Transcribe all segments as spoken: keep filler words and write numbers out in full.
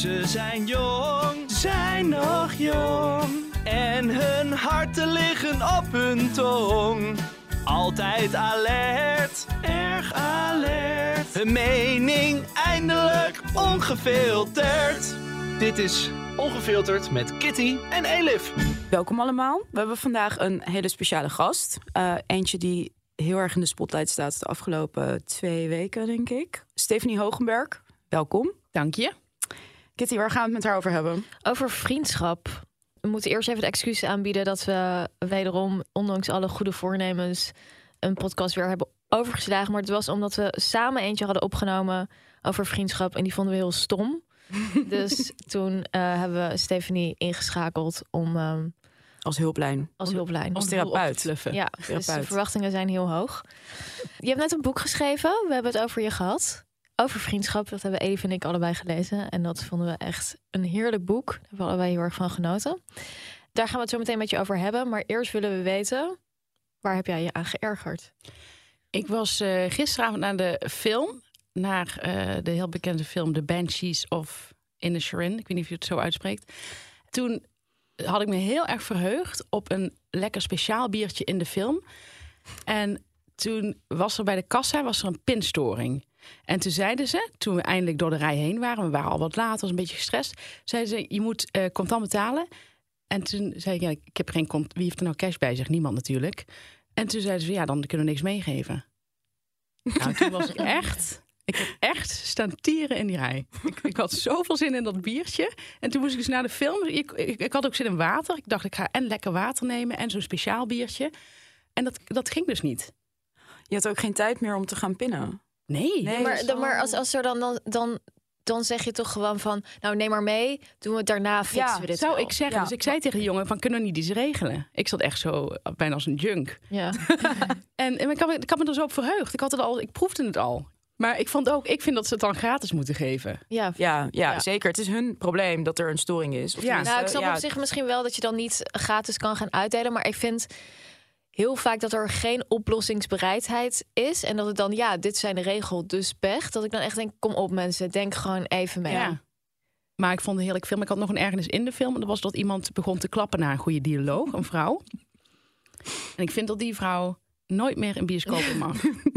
Ze zijn jong, zijn nog jong. En hun harten liggen op hun tong. Altijd alert, erg alert. Hun mening eindelijk ongefilterd. Dit is Ongefilterd met Kitty en Elif. Welkom allemaal. We hebben vandaag een hele speciale gast. Uh, eentje die heel erg in de spotlight staat de afgelopen twee weken, denk ik. Stephanie Hogenberg, welkom. Dank je. Kitty, waar gaan we het met haar over hebben? Over vriendschap. We moeten eerst even de excuses aanbieden dat we wederom, ondanks alle goede voornemens, een podcast weer hebben overgeslagen. Maar het was omdat we samen eentje hadden opgenomen over vriendschap en die vonden we heel stom. Dus toen uh, hebben we Stephanie ingeschakeld om... Um, als hulplijn. Als hulplijn. Als therapeut. Ja, therapeut. Dus de verwachtingen zijn heel hoog. Je hebt net een boek geschreven. We hebben het over je gehad. Over vriendschap. Dat hebben Elif en ik allebei gelezen. En dat vonden we echt een heerlijk boek. Daar hebben we allebei heel erg van genoten. Daar gaan we het zo meteen met je over hebben. Maar eerst willen we weten, waar heb jij je aan geërgerd? Ik was uh, gisteravond naar de film. Naar uh, de heel bekende film The Banshees of Inisherin. Ik weet niet of je het zo uitspreekt. Toen had ik me heel erg verheugd op een lekker speciaal biertje in de film. En toen was er bij de kassa was er een pinstoring. En toen zeiden ze, toen we eindelijk door de rij heen waren, we waren al wat laat, was een beetje gestrest, zeiden ze, je moet uh, contant betalen. En toen zei ik, ja, ik heb geen cont. Wie heeft er nou cash bij zich? Niemand natuurlijk. En toen zeiden ze, ja, dan kunnen we niks meegeven. Nou, toen was ik echt... Ik heb echt staan tieren in die rij. Ik, ik had zoveel zin in dat biertje. En toen moest ik dus naar de film. Ik, ik, ik had ook zin in water. Ik dacht, ik ga en lekker water nemen en zo'n speciaal biertje. En dat, dat ging dus niet. Je had ook geen tijd meer om te gaan pinnen? Nee. nee maar dan, maar als, als er dan, dan, dan, dan zeg je toch gewoon van, nou neem maar mee. Doen we het daarna, fixen ja, we dit zou wel. ik zeggen. Ja. Dus ik zei tegen de jongen van, kunnen we niet iets regelen? Ik zat echt zo bijna als een junk. Ja. en en ik, had, ik had me er zo op verheugd. Ik had het al, ik proefde het al. Maar ik vond ook, ik vind dat ze het dan gratis moeten geven. Ja, ja, ja, ja, zeker. Het is hun probleem dat er een storing is. Of ja. Nou, ik snap ja. op zich misschien wel dat je dan niet gratis kan gaan uitdelen. Maar ik vind heel vaak dat er geen oplossingsbereidheid is. En dat het dan, ja, dit zijn de regels, dus pech. Dat ik dan echt denk, kom op mensen, denk gewoon even mee. Ja. Maar ik vond het een heerlijk film. Ik had nog een ergernis in de film. En dat was dat iemand begon te klappen naar een goede dialoog, een vrouw. En ik vind dat die vrouw nooit meer in bioscopen mag.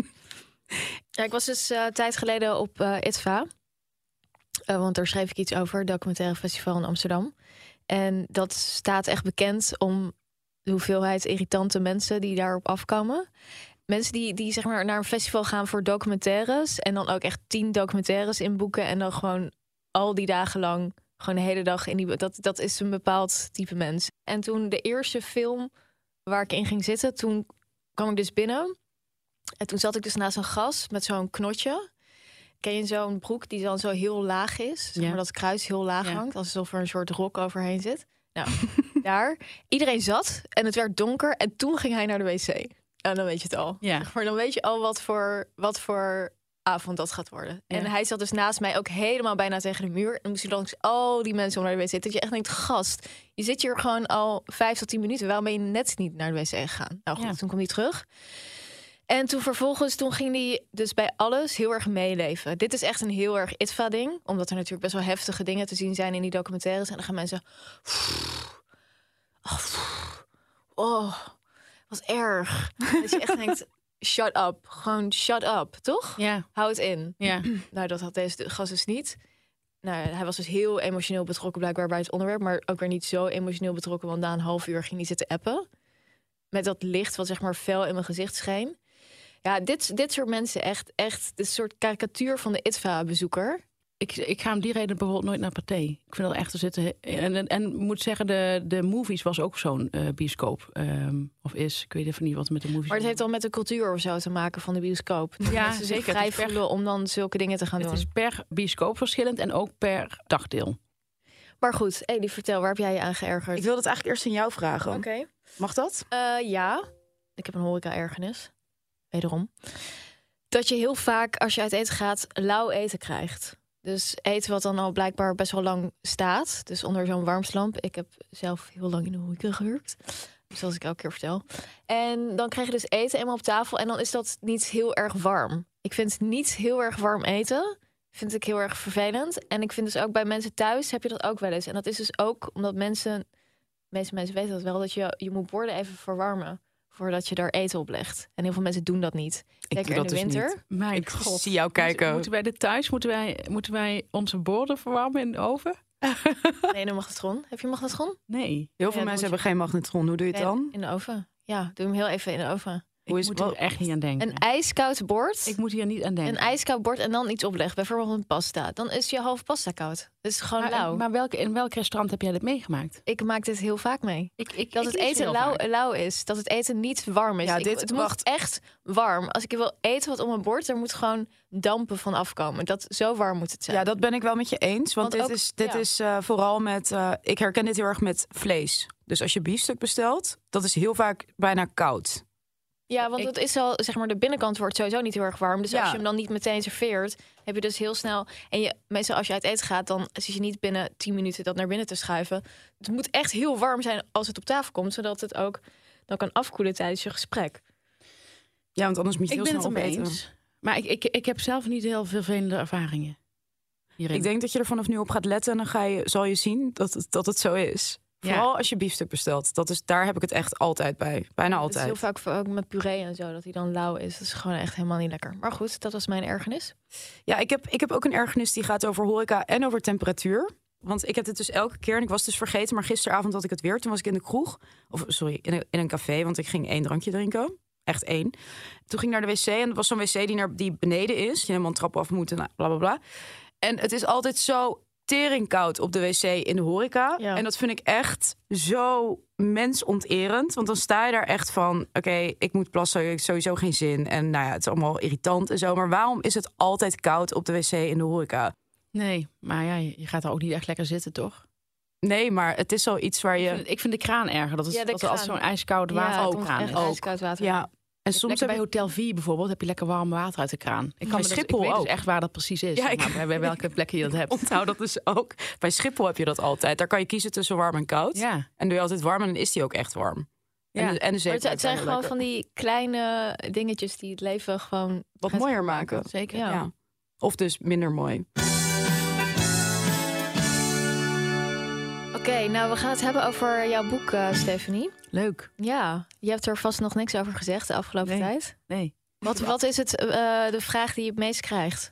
Ja, ik was dus uh, een tijd geleden op uh, I T V A. Uh, want daar schreef ik iets over, documentaire festival in Amsterdam. En dat staat echt bekend om de hoeveelheid irritante mensen die daarop afkomen. Mensen die, die zeg maar naar een festival gaan voor documentaires. En dan ook echt tien documentaires inboeken. En dan gewoon al die dagen lang, gewoon de hele dag in die... Dat, dat is een bepaald type mens. En toen de eerste film waar ik in ging zitten, toen kwam ik dus binnen. En toen zat ik dus naast een gast met zo'n knotje. Ken je zo'n broek die dan zo heel laag is? Zeg maar ja. Dat kruis heel laag ja. hangt. Alsof er een soort rok overheen zit. Nou, daar. Iedereen zat en het werd donker. En toen ging hij naar de wc. En dan weet je het al. Ja. Maar dan weet je al wat voor, wat voor avond dat gaat worden. Ja. En hij zat dus naast mij ook helemaal bijna tegen de muur. En moest hij langs al die mensen om naar de wc. Dat je echt denkt, gast, je zit hier gewoon al vijf tot tien minuten. Waarom ben je net niet naar de wc gegaan? Nou goed, ja. Toen kwam hij terug. En toen vervolgens, toen ging hij dus bij alles heel erg meeleven. Dit is echt een heel erg I T V A-ding. Omdat er natuurlijk best wel heftige dingen te zien zijn in die documentaires. En dan gaan mensen... Oh, oh wat erg. Dat je echt denkt, shut up. Gewoon shut up, toch? Ja. Hou het in. Ja. Nou, dat had deze gast dus niet. Nou, hij was dus heel emotioneel betrokken blijkbaar bij het onderwerp. Maar ook weer niet zo emotioneel betrokken. Want na een half uur ging hij zitten appen. Met dat licht wat zeg maar fel in mijn gezicht scheen. Ja, dit, dit soort mensen echt, echt een soort karikatuur van de I T V A-bezoeker. Ik, ik ga om die reden bijvoorbeeld nooit naar Pathé. Ik vind dat echt te zitten. En, en, en moet zeggen, de, de movies was ook zo'n uh, bioscoop. Um, of is, ik weet even niet wat met de movies. Maar het heeft al met de cultuur of zo te maken van de bioscoop. Ja, ze zeker. Vrij voelen om dan zulke dingen te gaan het doen. Het is per bioscoop verschillend en ook per dagdeel. Maar goed, Ellie, vertel, waar heb jij je aan geërgerd? Ik wil het eigenlijk eerst aan jou vragen. Oké. Okay. Mag dat? Uh, ja. Ik heb een horeca-ergernis. Wederom. Dat je heel vaak, als je uit eten gaat, lauw eten krijgt. Dus eten wat dan al blijkbaar best wel lang staat. Dus onder zo'n warmslamp. Ik heb zelf heel lang in de horeca gewerkt. Zoals ik elke keer vertel. En dan krijg je dus eten eenmaal op tafel. En dan is dat niet heel erg warm. Ik vind niet heel erg warm eten. vind ik heel erg vervelend. En ik vind dus ook bij mensen thuis heb je dat ook wel eens. En dat is dus ook omdat mensen, de meeste mensen weten dat wel, dat je je moet borden even verwarmen voordat je daar eten op legt. En heel veel mensen doen dat niet. Ik Zeker doe in dat de dus winter. niet. Mijn Ik god. zie jou kijken. Moeten wij dit thuis, moeten wij, moeten wij onze borden verwarmen in de oven? Nee, een magnetron. Heb je een magnetron? Nee. Heel veel Ja, dat mensen moet hebben geen magnetron. Hoe doe je het Nee, dan? in de oven. Ja, doe hem heel even in de oven. Hoe Ik is moet het? er echt niet aan denken. Een ijskoud bord. Ik moet hier niet aan denken. Een ijskoud bord en dan iets opleggen. Bijvoorbeeld een pasta. Dan is je halve pasta koud. Dat is gewoon maar, lauw. maar welke, in welk restaurant heb jij dit meegemaakt? Ik maak dit heel vaak mee. Ik, ik, Dat ik het niet eten heel lauw, vaak. lauw is. Dat het eten niet warm is. Ja, Ik- dit- het wacht. moet echt warm. Als ik wil eten wat op mijn bord, er moet gewoon dampen van afkomen. Dat, zo warm moet het zijn. Ja, dat ben ik wel met je eens. Want, Want dit ook- is, dit ja. is uh, vooral met... Uh, ik herken dit heel erg met vlees. Dus als je biefstuk bestelt, dat is heel vaak bijna koud. Ja, want Ik- het is al, zeg maar, de binnenkant wordt sowieso niet heel erg warm. Dus Ja. als je hem dan niet meteen serveert, heb je dus heel snel. En je, meestal als je uit eten gaat, dan zit je niet binnen tien minuten dat naar binnen te schuiven. Het moet echt heel warm zijn als het op tafel komt, zodat het ook dan kan afkoelen tijdens je gesprek. Ja, want anders moet je Ik heel ben het snel ermee opeten. eens. Maar ik, ik, ik heb zelf niet heel veel vervelende ervaringen hierin. Ik denk dat je er vanaf nu op gaat letten en dan ga je, zal je zien dat het, dat het zo is. Ja. Vooral als je biefstuk bestelt. Dat is, daar heb ik het echt altijd bij. Bijna Het is heel altijd. vaak voor- ook met puree en zo, dat hij dan lauw is. Dat is gewoon echt helemaal niet lekker. Maar goed, dat was mijn ergernis. Ja, ik heb, ik heb ook een ergernis die gaat over horeca en over temperatuur. Want ik heb het dus elke keer, en ik was dus vergeten, maar gisteravond had ik het weer. Toen was ik in de kroeg, of sorry, in een, in een café, want ik ging één drankje drinken. Echt één. Toen ging ik naar de wc en dat was zo'n wc die, naar, die beneden is. Je helemaal een trap af moet en bla bla bla. En het is altijd zo teringkoud op de wc in de horeca. Ja. En dat vind ik echt zo mensonterend. Want dan sta je daar echt van, oké, okay, ik moet plassen, ik heb sowieso geen zin. En nou ja, het is allemaal irritant en zo. Maar waarom is het altijd koud op de wc in de horeca? Nee, maar ja, je gaat er ook niet echt lekker zitten, toch? Nee, maar het is zoiets waar Ik je... vind, ik vind de kraan erger. Dat, is, Ja, de dat er als kraan. zo'n ijskoud Ja, water het ook komt kraan echt is. ijskoud water. Ja, en soms Lekker heb bij ik... Hotel vier bijvoorbeeld heb je lekker warm water uit de kraan. Ik kan Bij me dat, Schiphol ik weet ook. dus echt waar dat precies is. Ja, Ja, ik- maar bij, bij welke plekken je dat hebt. Onthoud dat dus ook. Bij Schiphol heb je dat altijd. Daar kan je kiezen tussen warm en koud. Ja, En doe je altijd warm en dan is die ook echt warm. ja. En de, en de zee Maar het, het zijn blijft gewoon lekker. van die kleine dingetjes die het leven gewoon Wat gaat mooier maken. zeker. Ja. Ja. Of dus minder mooi. Oké, nou we gaan het hebben over jouw boek, eh Stephanie. Leuk. Ja, je hebt er vast nog niks over gezegd de afgelopen Nee. tijd. Nee. Wat, wat is het, eh, de vraag die je het meest krijgt?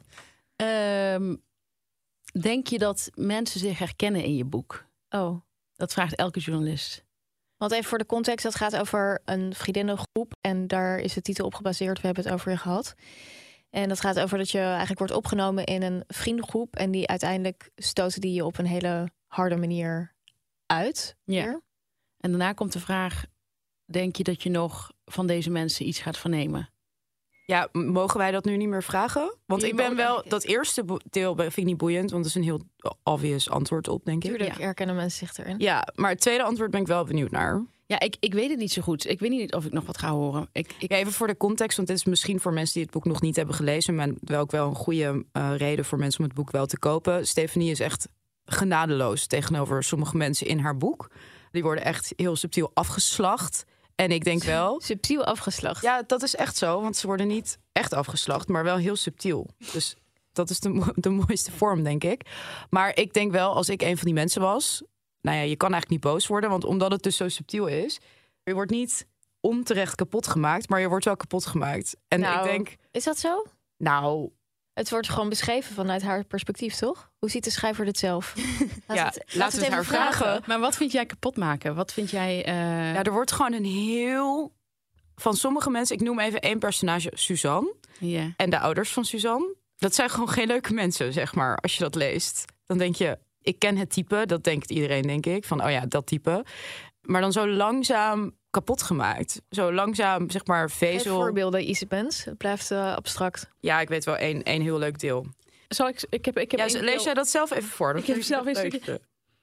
Ehm, denk je dat mensen zich herkennen in je boek? Oh, Dat vraagt elke journalist. want even voor de context, dat gaat over een vriendinnengroep. En daar is de titel op gebaseerd, we hebben het over je gehad. En dat gaat over dat je eigenlijk wordt opgenomen in een vriendengroep. En die uiteindelijk stoten die je op een hele harde manier uit. Ja. Weer. En daarna komt de vraag, denk je dat je nog van deze mensen iets gaat vernemen? Ja, m- mogen wij dat nu niet meer vragen? Want Je ik ben mag- wel... Dat eerste bo- deel vind ik niet boeiend. Want dat is een heel obvious antwoord op, denk ik. Tuurlijk Ja. herkennen mensen zich erin. Ja, maar het tweede antwoord ben ik wel benieuwd naar. Ja, ik, ik weet het niet zo goed. Ik weet niet of ik nog wat ga horen. Ik, ik, Ja, even voor de context, want dit is misschien voor mensen die het boek nog niet hebben gelezen, maar wel ook wel een goede uh, reden voor mensen om het boek wel te kopen. Stephanie is echt genadeloos tegenover sommige mensen in haar boek. Die worden echt heel subtiel afgeslacht. En ik denk wel... Subtiel afgeslacht. Ja, dat is echt zo, want ze worden niet echt afgeslacht, maar wel heel subtiel. Dus dat is de, mo- de mooiste vorm, denk ik. Maar ik denk wel, als ik een van die mensen was... Nou ja, je kan eigenlijk niet boos worden, want omdat het dus zo subtiel is... Je wordt niet onterecht kapot gemaakt, maar je wordt wel kapot gemaakt. En Nou, ik denk, Is dat zo? nou, Het wordt gewoon beschreven vanuit haar perspectief, toch? Hoe ziet de schrijver dit zelf? Laat ja, het, laten laat we het het haar even vragen. Maar wat vind jij kapot maken? Wat vind jij... eh, Ja, er wordt gewoon een heel... Van sommige mensen, ik noem even één personage, Suzanne. ja. En de ouders van Suzanne. Dat zijn gewoon geen leuke mensen, zeg maar, als je dat leest. Dan denk je, ik ken het type, dat denkt iedereen, denk ik. Van, oh ja, dat type. Maar dan zo langzaam kapot gemaakt. Zo langzaam, zeg maar, Geef vezel. voorbeelden, Isabens. Het blijft uh, abstract. Ja, ik weet wel één, één heel leuk deel. Zal ik... Ik heb, ik heb Ja, één lees deel- jij dat zelf even voor? Dat Ik heb vind zelf het eens- leukste.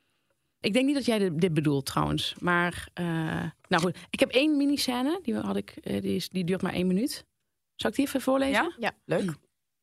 Ik denk niet dat jij dit, dit bedoelt, trouwens. Maar, uh, nou goed. Ik heb één mini-scène. Die, had ik, uh, die, is, die duurt maar één minuut. Zal ik die even voorlezen? Ja? Ja. Leuk.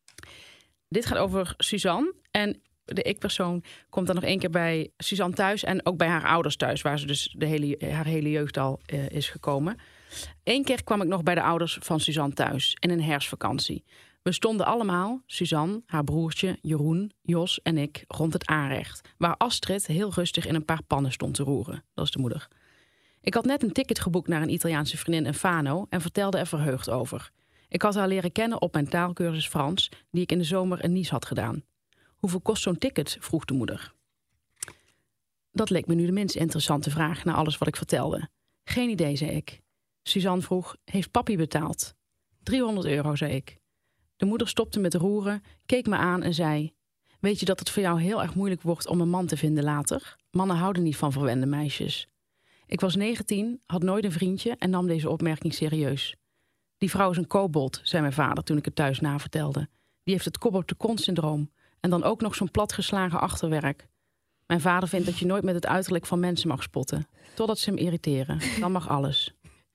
Dit gaat over Suzanne. En de ik-persoon komt dan nog één keer bij Suzanne thuis. En ook bij haar ouders thuis. Waar ze dus de hele, haar hele jeugd al uh, is gekomen. Eén keer kwam ik nog bij de ouders van Suzanne thuis. In een herfstvakantie. We stonden allemaal, Suzanne, haar broertje, Jeroen, Jos en ik, rond het aanrecht, waar Astrid heel rustig in een paar pannen stond te roeren. Dat is de moeder. Ik had net een ticket geboekt naar een Italiaanse vriendin in Fano en vertelde er verheugd over. Ik had haar leren kennen op mijn taalkursus Frans, die ik in de zomer in Nice had gedaan. Hoeveel kost zo'n ticket? Vroeg de moeder. Dat leek me nu de minst interessante vraag na alles wat ik vertelde. Geen idee, zei ik. Suzanne vroeg, heeft papi betaald? driehonderd euro, zei ik. De moeder stopte met roeren, keek me aan en zei... Weet je dat het voor jou heel erg moeilijk wordt om een man te vinden later? Mannen houden niet van verwende meisjes. Ik was negentien, had nooit een vriendje en nam deze opmerking serieus. Die vrouw is een kobold, zei mijn vader toen ik het thuis navertelde. Die heeft het kop op de kont syndroom. En dan ook nog zo'n platgeslagen achterwerk. Mijn vader vindt dat je nooit met het uiterlijk van mensen mag spotten. Totdat ze hem irriteren. Dan mag alles.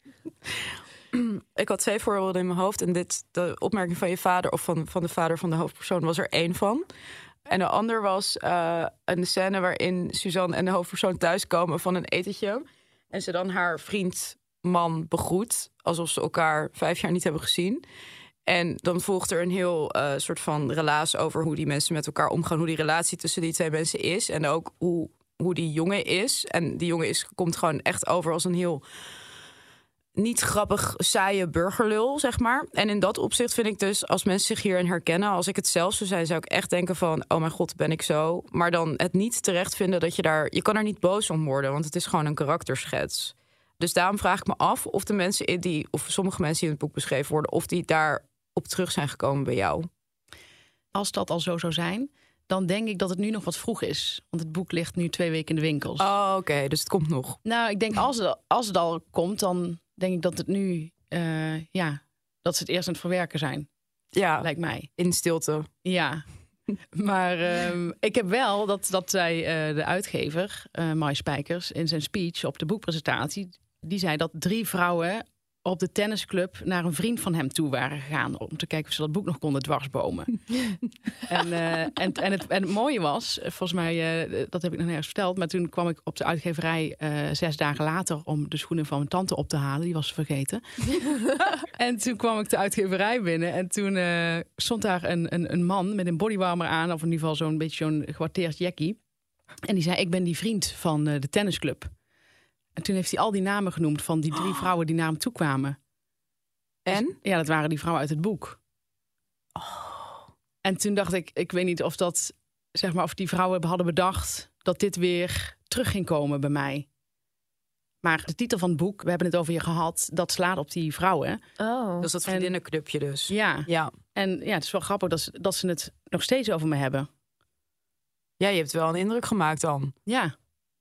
Ik had twee voorbeelden in mijn hoofd. En dit, de opmerking van je vader of van, van de vader van de hoofdpersoon was er één van. En de ander was uh, een scène waarin Suzanne en de hoofdpersoon thuiskomen van een etentje. En ze dan haar vriend, man begroet. Alsof ze elkaar vijf jaar niet hebben gezien. En dan volgt er een heel uh, soort van relaas over hoe die mensen met elkaar omgaan. Hoe die relatie tussen die twee mensen is. En ook hoe, hoe die jongen is. En die jongen is, komt gewoon echt over als een heel... niet grappig, saaie burgerlul, zeg maar. En in dat opzicht vind ik dus, als mensen zich hierin herkennen... als ik het zelf zou zijn, zou ik echt denken van... oh mijn god, ben ik zo? Maar dan het niet terecht vinden dat je daar... je kan er niet boos om worden, want het is gewoon een karakterschets. Dus daarom vraag ik me af of de mensen in die... of sommige mensen die in het boek beschreven worden... of die daar op terug zijn gekomen bij jou. Als dat al zo zou zijn, dan denk ik dat het nu nog wat vroeg is. Want het boek ligt nu twee weken in de winkels. Oh, oké, okay, dus het komt nog. Nou, ik denk als het, als het al komt, dan denk ik dat het nu... Uh, ja, dat ze het eerst aan het verwerken zijn. Ja, lijkt mij. In stilte. Ja, maar um, ik heb wel, dat, dat zei uh, de uitgever, uh, Mai Spijkers... in zijn speech op de boekpresentatie... die zei dat drie vrouwen op de tennisclub naar een vriend van hem toe waren gegaan... om te kijken of ze dat boek nog konden dwarsbomen. en, uh, en, en, het, en het mooie was, volgens mij, uh, dat heb ik nog nergens verteld... maar toen kwam ik op de uitgeverij uh, zes dagen later... om de schoenen van mijn tante op te halen. Die was ze vergeten. En toen kwam ik de uitgeverij binnen... en toen uh, stond daar een, een, een man met een bodywarmer aan... of in ieder geval zo'n beetje zo'n gewatteerd jackie. En die zei, ik ben die vriend van uh, de tennisclub... En toen heeft hij al die namen genoemd van die drie vrouwen die naar hem toe kwamen. En? Dus, ja, dat waren die vrouwen uit het boek. Oh. En toen dacht ik, ik weet niet of dat, zeg maar, of die vrouwen hadden bedacht dat dit weer terug ging komen bij mij. Maar de titel van het boek, we hebben het over je gehad, dat slaat op die vrouwen. Oh. Dat is dat vriendinnenclubje dus. Ja. ja. En ja, het is wel grappig dat ze, dat ze het nog steeds over me hebben. Ja, je hebt wel een indruk gemaakt dan. Ja.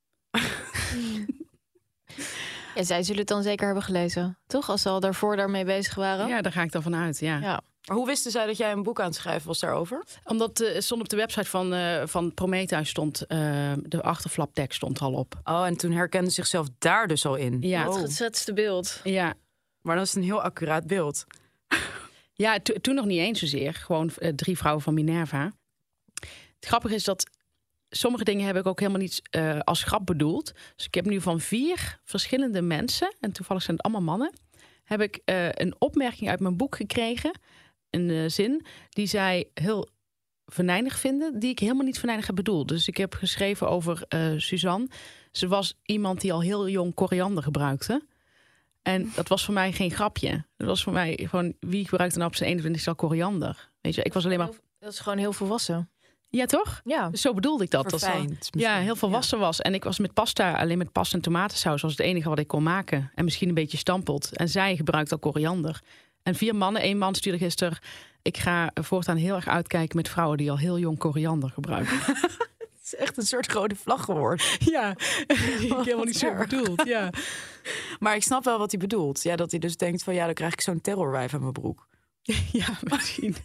Ja, zij zullen het dan zeker hebben gelezen, toch? Als ze al daarvoor daarmee bezig waren. Ja, daar ga ik dan vanuit, ja. ja. Maar hoe wisten zij dat jij een boek aan het schrijven was daarover? Omdat uh, stond op de website van, uh, van Prometheus stond... Uh, de achterflaptekst stond al op. Oh, en toen herkende zichzelf daar dus al in. Ja. Het geschetste beeld. Ja. Maar dat is een heel accuraat beeld. Ja, to- toen nog niet eens zozeer. Gewoon uh, drie vrouwen van Minerva. Het grappige is dat... sommige dingen heb ik ook helemaal niet uh, als grap bedoeld. Dus ik heb nu van vier verschillende mensen... en toevallig zijn het allemaal mannen... heb ik uh, een opmerking uit mijn boek gekregen... een uh, zin die zij heel venijnig vinden... die ik helemaal niet venijnig heb bedoeld. Dus ik heb geschreven over uh, Suzanne. Ze was iemand die al heel jong koriander gebruikte. En dat was voor mij geen grapje. Dat was voor mij gewoon... wie gebruikt dan op zijn eenentwintigste al koriander? Weet je, ik was alleen maar... Dat is gewoon heel volwassen. Ja, toch? Ja. Dus zo bedoelde ik dat. Dat Verfijnd, dat ja, heel volwassen ja. was. En ik was met pasta, alleen met pasta en tomatensaus... was het enige wat ik kon maken. En misschien een beetje stampot. En zij gebruikt al koriander. En vier mannen, één man stuurde gisteren... ik ga voortaan heel erg uitkijken met vrouwen... die al heel jong koriander gebruiken. Het is echt een soort rode vlag geworden. Ja, die ik helemaal niet zo bedoeld. Ja. Maar ik snap wel wat hij bedoelt. Ja, dat hij dus denkt van... ja, dan krijg ik zo'n terrorwijf aan mijn broek. Ja, misschien.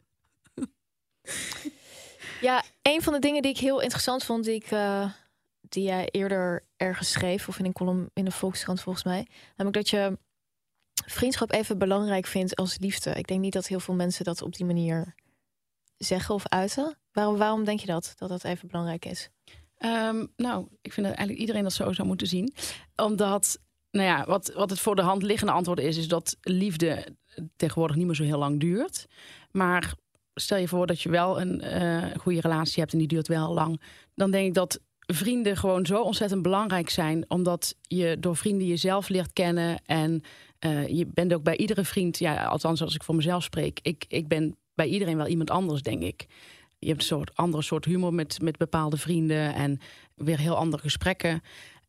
Ja, een van de dingen die ik heel interessant vond... die, ik, uh, die jij eerder ergens schreef... of in een column in de Volkskrant volgens mij... namelijk dat je vriendschap even belangrijk vindt als liefde. Ik denk niet dat heel veel mensen dat op die manier zeggen of uiten. Waarom, waarom denk je dat, dat dat even belangrijk is? Um, nou, ik vind dat eigenlijk iedereen dat zo zou moeten zien. Omdat Nou ja, wat, wat het voor de hand liggende antwoord is... is dat liefde tegenwoordig niet meer zo heel lang duurt. Maar stel je voor dat je wel een uh, goede relatie hebt... en die duurt wel lang. Dan denk ik dat vrienden gewoon zo ontzettend belangrijk zijn... omdat je door vrienden jezelf leert kennen... en uh, je bent ook bij iedere vriend... ja, althans als ik voor mezelf spreek... ik, ik ben bij iedereen wel iemand anders, denk ik. Je hebt een soort andere soort humor met, met bepaalde vrienden... en weer heel andere gesprekken.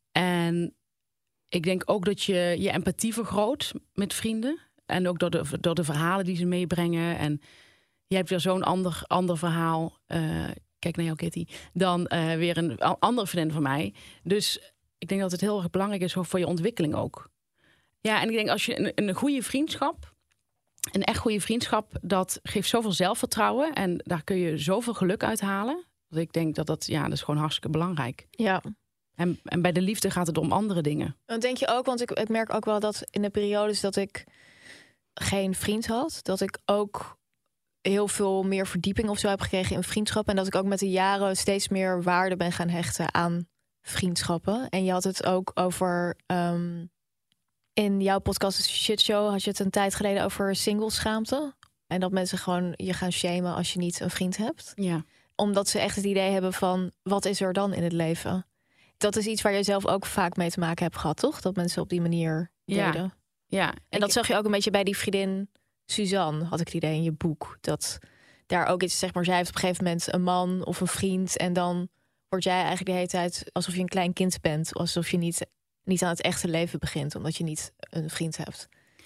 En ik denk ook dat je je empathie vergroot met vrienden... en ook door de, door de verhalen die ze meebrengen. En je hebt weer zo'n ander, ander verhaal... Uh, kijk naar jou, Kitty, dan uh, weer een andere vriendin van mij. Dus ik denk dat het heel erg belangrijk is voor je ontwikkeling ook. Ja, en ik denk als je een, een goede vriendschap, een echt goede vriendschap, dat geeft zoveel zelfvertrouwen en daar kun je zoveel geluk uit halen. Dat ik denk dat dat, ja, dat is gewoon hartstikke belangrijk. Ja. En, en bij de liefde gaat het om andere dingen. Dat denk je ook, want ik, ik merk ook wel dat in de periodes dat ik geen vriend had, dat ik ook heel veel meer verdieping of zo heb gekregen in vriendschap. En dat ik ook met de jaren steeds meer waarde ben gaan hechten aan vriendschappen. En je had het ook over... Um, in jouw podcast Shit Show had je het een tijd geleden over singleschaamte. En dat mensen gewoon je gaan shamen als je niet een vriend hebt. Ja. Omdat ze echt het idee hebben van, wat is er dan in het leven? Dat is iets waar je zelf ook vaak mee te maken hebt gehad, toch? Dat mensen op die manier deden. Ja. Ja. En dat zag je ook een beetje bij die vriendin Suzanne, had ik het idee in je boek. Dat daar ook iets, zeg maar, zij heeft op een gegeven moment een man of een vriend. En dan word jij eigenlijk de hele tijd alsof je een klein kind bent. Alsof je niet, niet aan het echte leven begint, omdat je niet een vriend hebt.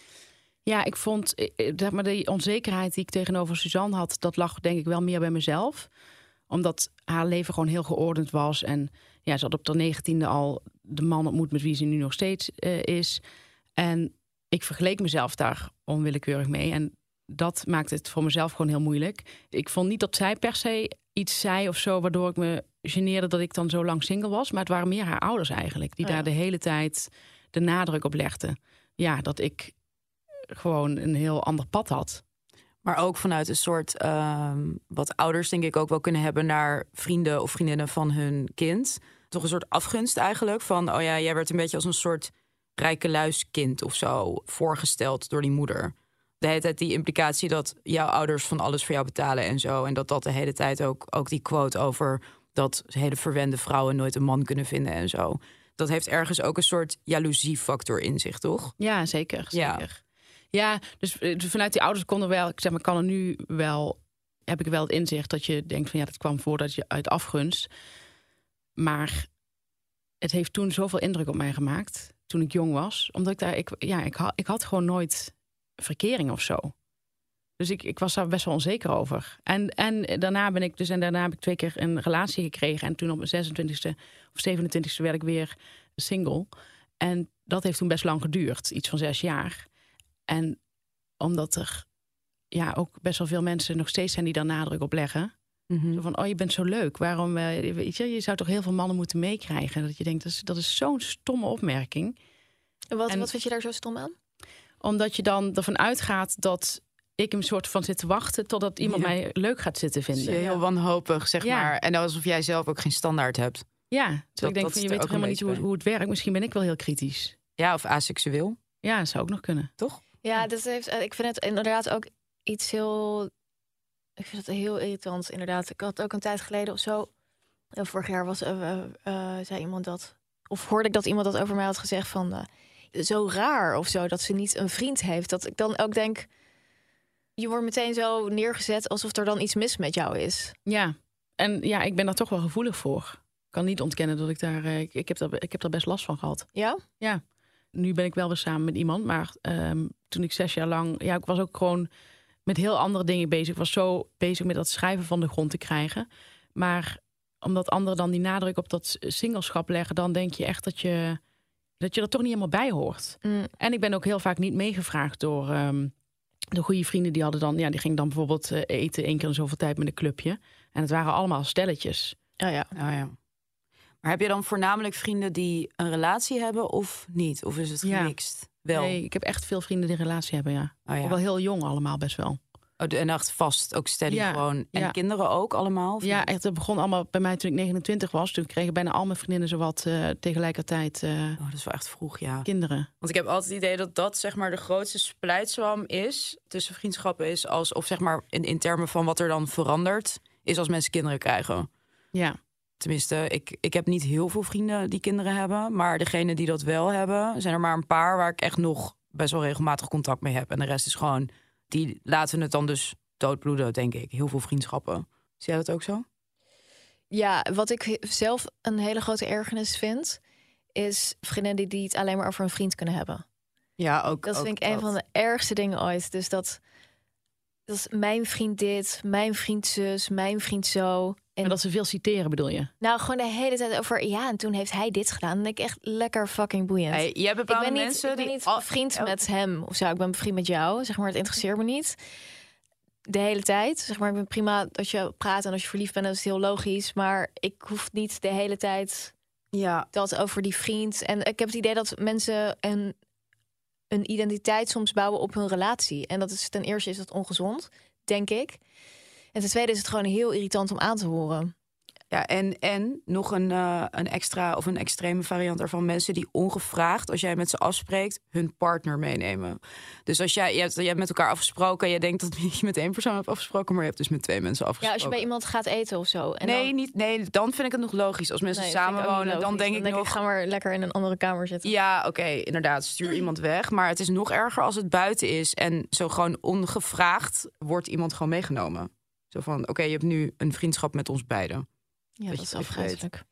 Ja, ik vond, zeg maar, de onzekerheid die ik tegenover Suzanne had, dat lag denk ik wel meer bij mezelf. Omdat haar leven gewoon heel geordend was. En ja, ze had op de negentiende al de man ontmoet met wie ze nu nog steeds uh, is. En ik vergeleek mezelf daar onwillekeurig mee. En dat maakte het voor mezelf gewoon heel moeilijk. Ik vond niet dat zij per se iets zei of zo, waardoor ik me geneerde dat ik dan zo lang single was. Maar het waren meer haar ouders eigenlijk, die oh ja. daar de hele tijd de nadruk op legden. Ja, dat ik gewoon een heel ander pad had. Maar ook vanuit een soort, uh, wat ouders denk ik ook wel kunnen hebben naar vrienden of vriendinnen van hun kind. Toch een soort afgunst eigenlijk. Van, oh ja, jij werd een beetje als een soort rijkeluiskind of zo voorgesteld door die moeder. De hele tijd die implicatie dat jouw ouders van alles voor jou betalen en zo. En dat dat de hele tijd ook, ook die quote over dat hele verwende vrouwen nooit een man kunnen vinden en zo. Dat heeft ergens ook een soort jaloeziefactor in zich, toch? Ja, zeker. zeker. Ja. Ja, dus vanuit die ouders kon er wel, ik zeg maar, kan er nu wel, heb ik wel het inzicht dat je denkt van ja, dat kwam voort je uit afgunst. Maar het heeft toen zoveel indruk op mij gemaakt toen ik jong was, omdat ik daar, ik, ja, ik had, ik had gewoon nooit verkering of zo. Dus ik, ik was daar best wel onzeker over. En, en daarna ben ik dus, en daarna heb ik twee keer een relatie gekregen. En toen op mijn zesentwintigste of zevenentwintigste werd ik weer single. En dat heeft toen best lang geduurd, iets van zes jaar. En omdat er ja ook best wel veel mensen nog steeds zijn die daar nadruk op leggen. Mm-hmm. Zo van, oh, je bent zo leuk. Waarom, uh, weet je, je zou toch heel veel mannen moeten meekrijgen. Dat je denkt, dat is, dat is zo'n stomme opmerking. En wat, en, wat vind je daar zo stom aan? Omdat je dan ervan uitgaat dat ik een soort van zit te wachten totdat iemand ja. mij leuk gaat zitten vinden. Dus heel wanhopig, zeg ja. maar. En alsof jij zelf ook geen standaard hebt. Ja, dus dat, ik denk van, je weet toch helemaal niet hoe, hoe het werkt. Misschien ben ik wel heel kritisch. Ja, of aseksueel. Ja, dat zou ook nog kunnen. Toch? Ja, dat heeft, ik vind het inderdaad ook iets heel... Ik vind het heel irritant, inderdaad. Ik had ook een tijd geleden of zo... Vorig jaar was, uh, uh, uh, zei iemand dat... Of hoorde ik dat iemand dat over mij had gezegd van... Uh, zo raar of zo, dat ze niet een vriend heeft. Dat ik dan ook denk... Je wordt meteen zo neergezet alsof er dan iets mis met jou is. Ja, en ja, ik ben daar toch wel gevoelig voor. Ik kan niet ontkennen dat ik daar... Uh, ik, ik, heb daar ik heb daar best last van gehad. Ja? Ja. Nu ben ik wel weer samen met iemand. Maar um, toen ik zes jaar lang... Ja, ik was ook gewoon met heel andere dingen bezig. Ik was zo bezig met dat schrijven van de grond te krijgen. Maar omdat anderen dan die nadruk op dat singelschap leggen... dan denk je echt dat je, dat je er toch niet helemaal bij hoort. Mm. En ik ben ook heel vaak niet meegevraagd door... Um, de goede vrienden die hadden dan... Ja, die gingen dan bijvoorbeeld uh, eten één keer in zoveel tijd met een clubje. En het waren allemaal stelletjes. Oh ja. Oh ja. Maar heb je dan voornamelijk vrienden die een relatie hebben of niet? Of is het gemixt? Ja. Wel. Nee, ik heb echt veel vrienden die een relatie hebben, ja. Oh ja. Wel heel jong allemaal, best wel. Oh, de, en echt vast, ook steady Ja, gewoon. En ja. kinderen ook allemaal? Of Ja, niet? echt. Het begon allemaal bij mij toen ik negenentwintig was. Toen kregen bijna al mijn vriendinnen zowat uh, tegelijkertijd uh, Oh, dat is wel echt vroeg, ja. kinderen. Want ik heb altijd het idee dat dat zeg maar de grootste splijtswam is tussen vriendschappen is als of zeg maar in, in termen van wat er dan verandert is als mensen kinderen krijgen. Ja. Tenminste, ik, ik heb niet heel veel vrienden die kinderen hebben, maar degenen die dat wel hebben, zijn er maar een paar waar ik echt nog best wel regelmatig contact mee heb. En de rest is gewoon, die laten het dan dus doodbloeden, denk ik. Heel veel vriendschappen. Zie jij dat ook zo? Ja, wat ik zelf een hele grote ergernis vind, is vriendinnen die het alleen maar over een vriend kunnen hebben. Ja, ook. Dat ook vind ik een dat. van de ergste dingen ooit. Dus dat, dat is mijn vriend dit, mijn vriend zus, mijn vriend zo. En En dat ze veel citeren, bedoel je? nou, gewoon de hele tijd over, ja, en toen heeft hij dit gedaan. Dan denk ik echt lekker fucking boeiend. Hey, je hebt ik bepaalde ben niet, mensen ik ben die niet al- vriend elke- met hem of zo. Ik ben bevriend met jou, zeg maar. Het interesseert me niet. De hele tijd, zeg maar. Ik ben prima dat je praat en als je verliefd bent, dat is heel logisch. Maar ik hoef niet de hele tijd Ja, dat over die vriend. En ik heb het idee dat mensen een, een identiteit soms bouwen op hun relatie. En dat is ten eerste is dat ongezond, denk ik. En ten tweede is het gewoon heel irritant om aan te horen. ja en, en nog een, uh, een extra of een extreme variant ervan. Mensen die ongevraagd, als jij met ze afspreekt, hun partner meenemen. Dus als jij, je hebt, je hebt met elkaar afgesproken, je denkt dat je met één persoon hebt afgesproken, maar je hebt dus met twee mensen Ja, afgesproken. als je bij iemand gaat eten of zo. En nee, dan, niet, nee, dan vind ik het nog logisch. Als mensen Nee, dat vind ik ook niet samenwonen, dan logisch. denk ik nog... ik, ga maar lekker in een andere kamer zitten. Ja, oké, okay, inderdaad, stuur iemand weg. Maar het is nog erger als het buiten is en zo gewoon ongevraagd wordt iemand gewoon meegenomen. Zo van, oké, okay, je hebt nu een vriendschap met ons beiden. Ja, dat dat je is het even weet. afgrijzelijk.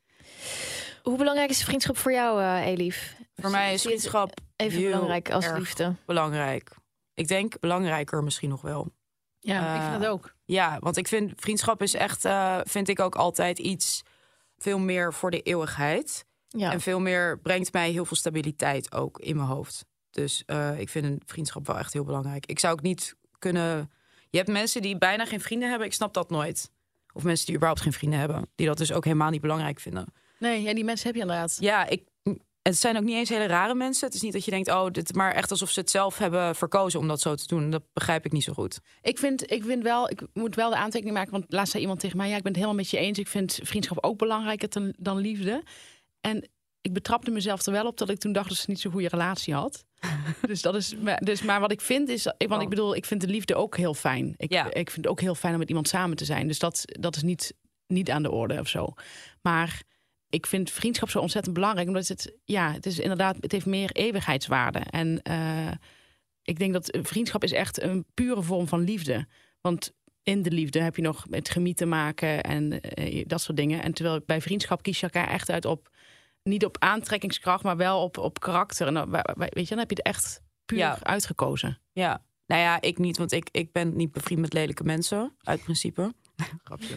Hoe belangrijk is vriendschap voor jou, uh, Elif? Voor mij is Zie je het vriendschap even heel belangrijk als erg liefde. belangrijk. Ik denk belangrijker misschien nog wel. Ja, Uh, ik vind dat ook. Ja, want ik vind vriendschap is echt, uh, vind ik ook altijd iets veel meer voor de eeuwigheid. Ja. En veel meer brengt mij heel veel stabiliteit ook in mijn hoofd. Dus uh, ik vind een vriendschap wel echt heel belangrijk. Ik zou ook niet kunnen... Je hebt mensen die bijna geen vrienden hebben. Ik snap dat nooit. Of mensen die überhaupt geen vrienden hebben. Die dat dus ook helemaal niet belangrijk vinden. Nee, ja, die mensen heb je inderdaad. Ja, ik, het zijn ook niet eens hele rare mensen. Het is niet dat je denkt, oh, dit, maar echt alsof ze het zelf hebben verkozen om dat zo te doen. Dat begrijp ik niet zo goed. Ik vind, ik vind wel, ik moet wel de aantekening maken, want laatst zei iemand tegen mij, ja, ik ben het helemaal met je eens. Ik vind vriendschap ook belangrijker dan, dan liefde. En ik betrapte mezelf er wel op dat ik toen dacht dat ze niet zo'n goede relatie had. dus dat is, maar, dus, maar wat ik vind is, want Oh. ik bedoel, ik vind de liefde ook heel fijn. Ik, Ja. ik vind het ook heel fijn om met iemand samen te zijn. Dus dat, dat is niet, niet aan de orde of zo. Maar ik vind vriendschap zo ontzettend belangrijk, omdat het, ja, het is inderdaad, het heeft meer eeuwigheidswaarde. En uh, ik denk dat vriendschap is echt een pure vorm van liefde. Want in de liefde heb je nog met chemie te maken en uh, dat soort dingen. En terwijl bij vriendschap kies je elkaar echt uit op, niet op aantrekkingskracht, maar wel op, op karakter. En dan, weet je, dan heb je het echt puur Ja. uitgekozen. Ja, nou ja, ik niet, want ik, ik ben niet bevriend met lelijke mensen, uit principe. Grapje.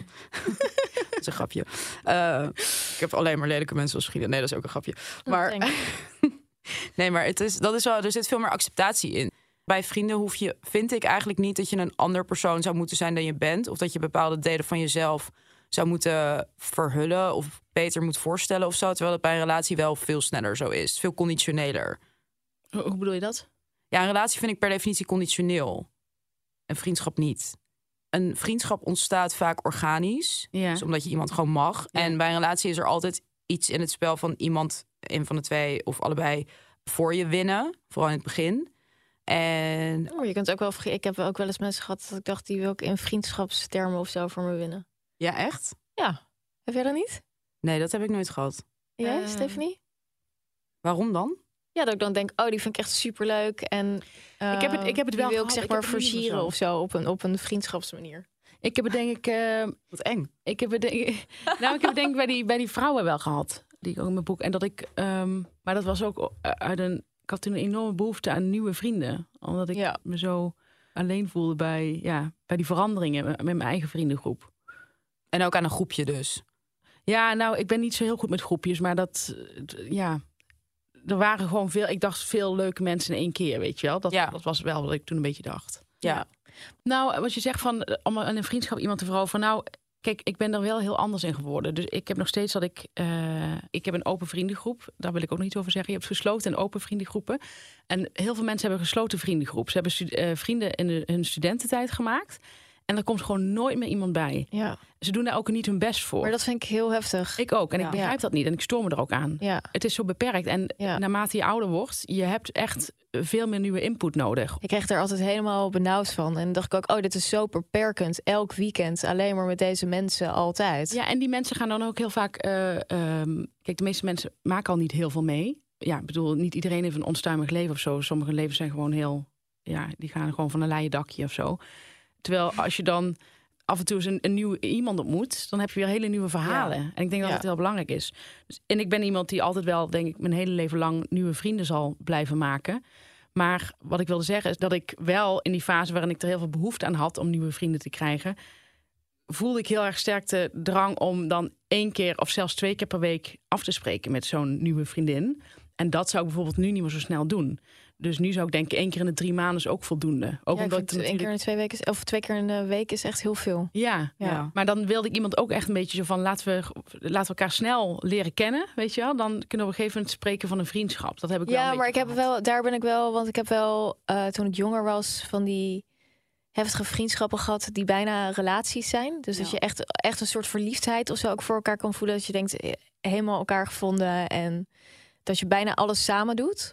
Dat is een grapje. Uh, ik heb alleen maar lelijke mensen als vrienden. Nee, dat is ook een grapje. Maar, nee, maar het is, dat is wel, er zit veel meer acceptatie in. Bij vrienden hoef je, vind ik eigenlijk niet dat je een ander persoon zou moeten zijn dan je bent. Of dat je bepaalde delen van jezelf zou moeten verhullen of beter moet voorstellen of zo. Terwijl het bij een relatie wel veel sneller zo is. Veel conditioneler. Hoe bedoel je dat? Ja, een relatie vind ik per definitie conditioneel. Een vriendschap niet. Een vriendschap ontstaat vaak organisch. Ja. Dus omdat je iemand gewoon mag. Ja. En bij een relatie is er altijd iets in het spel van iemand, een van de twee of allebei, voor je winnen. Vooral in het begin. En Oh, je kunt ook wel, ik heb ook wel eens mensen gehad dat ik dacht, die wil ik in vriendschapstermen of zo voor me winnen. ja, echt? Ja. Heb jij dat niet? Nee, dat heb ik nooit gehad. Jij, Uh, Stephanie? Waarom dan? Ja, dat ik dan denk, oh, die vind ik echt superleuk. En uh, Ik heb het- ik heb het die wel wil ik gehad. zeg Ik maar heb het niet versieren zo. of zo op een, op een vriendschapsmanier. Ik heb het denk ik... Uh, Wat eng. Ik heb het denk ik, nou, ik heb het denk ik bij die, bij die vrouwen wel gehad. Die ik ook in mijn boek. En dat ik, um, maar dat was ook uit een. Ik had toen een enorme behoefte aan nieuwe vrienden. Omdat ik Ja. me zo alleen voelde bij, ja, bij die veranderingen met mijn eigen vriendengroep. En ook aan een groepje dus. Ja, nou, ik ben niet zo heel goed met groepjes, maar dat, ja, er waren gewoon veel. Ik dacht veel leuke mensen in één keer, weet je wel. Dat, Ja. dat was wel wat ik toen een beetje dacht. Ja. Nou, wat je zegt van om in een vriendschap iemand te veroveren. Nou, Kijk, ik ben er wel heel anders in geworden. Dus ik heb nog steeds dat ik... Uh, ik heb een open vriendengroep. Daar wil ik ook nog iets over zeggen. Je hebt gesloten en open vriendengroepen. En heel veel mensen hebben een gesloten vriendengroep. Ze hebben stu- uh, vrienden in de, hun studententijd gemaakt. En er komt gewoon nooit meer iemand bij. Ja. Ze doen daar ook niet hun best voor. Maar dat vind ik heel heftig. Ik ook. En Ja. ik begrijp dat niet. En ik stoor me er ook aan. Ja. Het is zo beperkt. En Ja. naarmate je ouder wordt, je hebt echt veel meer nieuwe input nodig. Ik kreeg er altijd helemaal benauwd van. En dan dacht ik ook, oh, dit is zo beperkend. Elk weekend alleen maar met deze mensen altijd. Ja, en die mensen gaan dan ook heel vaak... Uh, um, kijk, de meeste mensen maken al niet heel veel mee. Ja, ik bedoel, niet iedereen heeft een onstuimig leven of zo. Sommige levens zijn gewoon heel... Ja, die gaan gewoon van een leien dakje of zo. Terwijl als je dan af en toe eens een, een nieuw iemand ontmoet, dan heb je weer hele nieuwe verhalen. Ja. En ik denk dat ja. dat heel belangrijk is. Dus, en ik ben iemand die altijd wel, denk ik, mijn hele leven lang nieuwe vrienden zal blijven maken. Maar wat ik wilde zeggen is dat ik wel in die fase waarin ik er heel veel behoefte aan had om nieuwe vrienden te krijgen, voelde ik heel erg sterk de drang om dan één keer of zelfs twee keer per week af te spreken met zo'n nieuwe vriendin. En dat zou ik bijvoorbeeld nu niet meer zo snel doen. Dus nu zou ik denken, één keer in de drie maanden is ook voldoende. Ook ja, omdat ik vind natuurlijk... één keer in de twee weken is, of twee keer in de week is echt heel veel. Ja, Ja. ja, maar dan wilde ik iemand ook echt een beetje zo van, laten we, laten we elkaar snel leren kennen, weet je wel? Dan kunnen we op een gegeven moment spreken van een vriendschap. Dat heb ik wel. Ja, een maar ik beetje heb gehad. wel, daar ben ik wel, want ik heb wel uh, toen ik jonger was van die heftige vriendschappen gehad die bijna relaties zijn. Dus Ja. dat je echt, echt een soort verliefdheid of zo ook voor elkaar kan voelen. Dat je denkt, eh, helemaal elkaar gevonden en dat je bijna alles samen doet.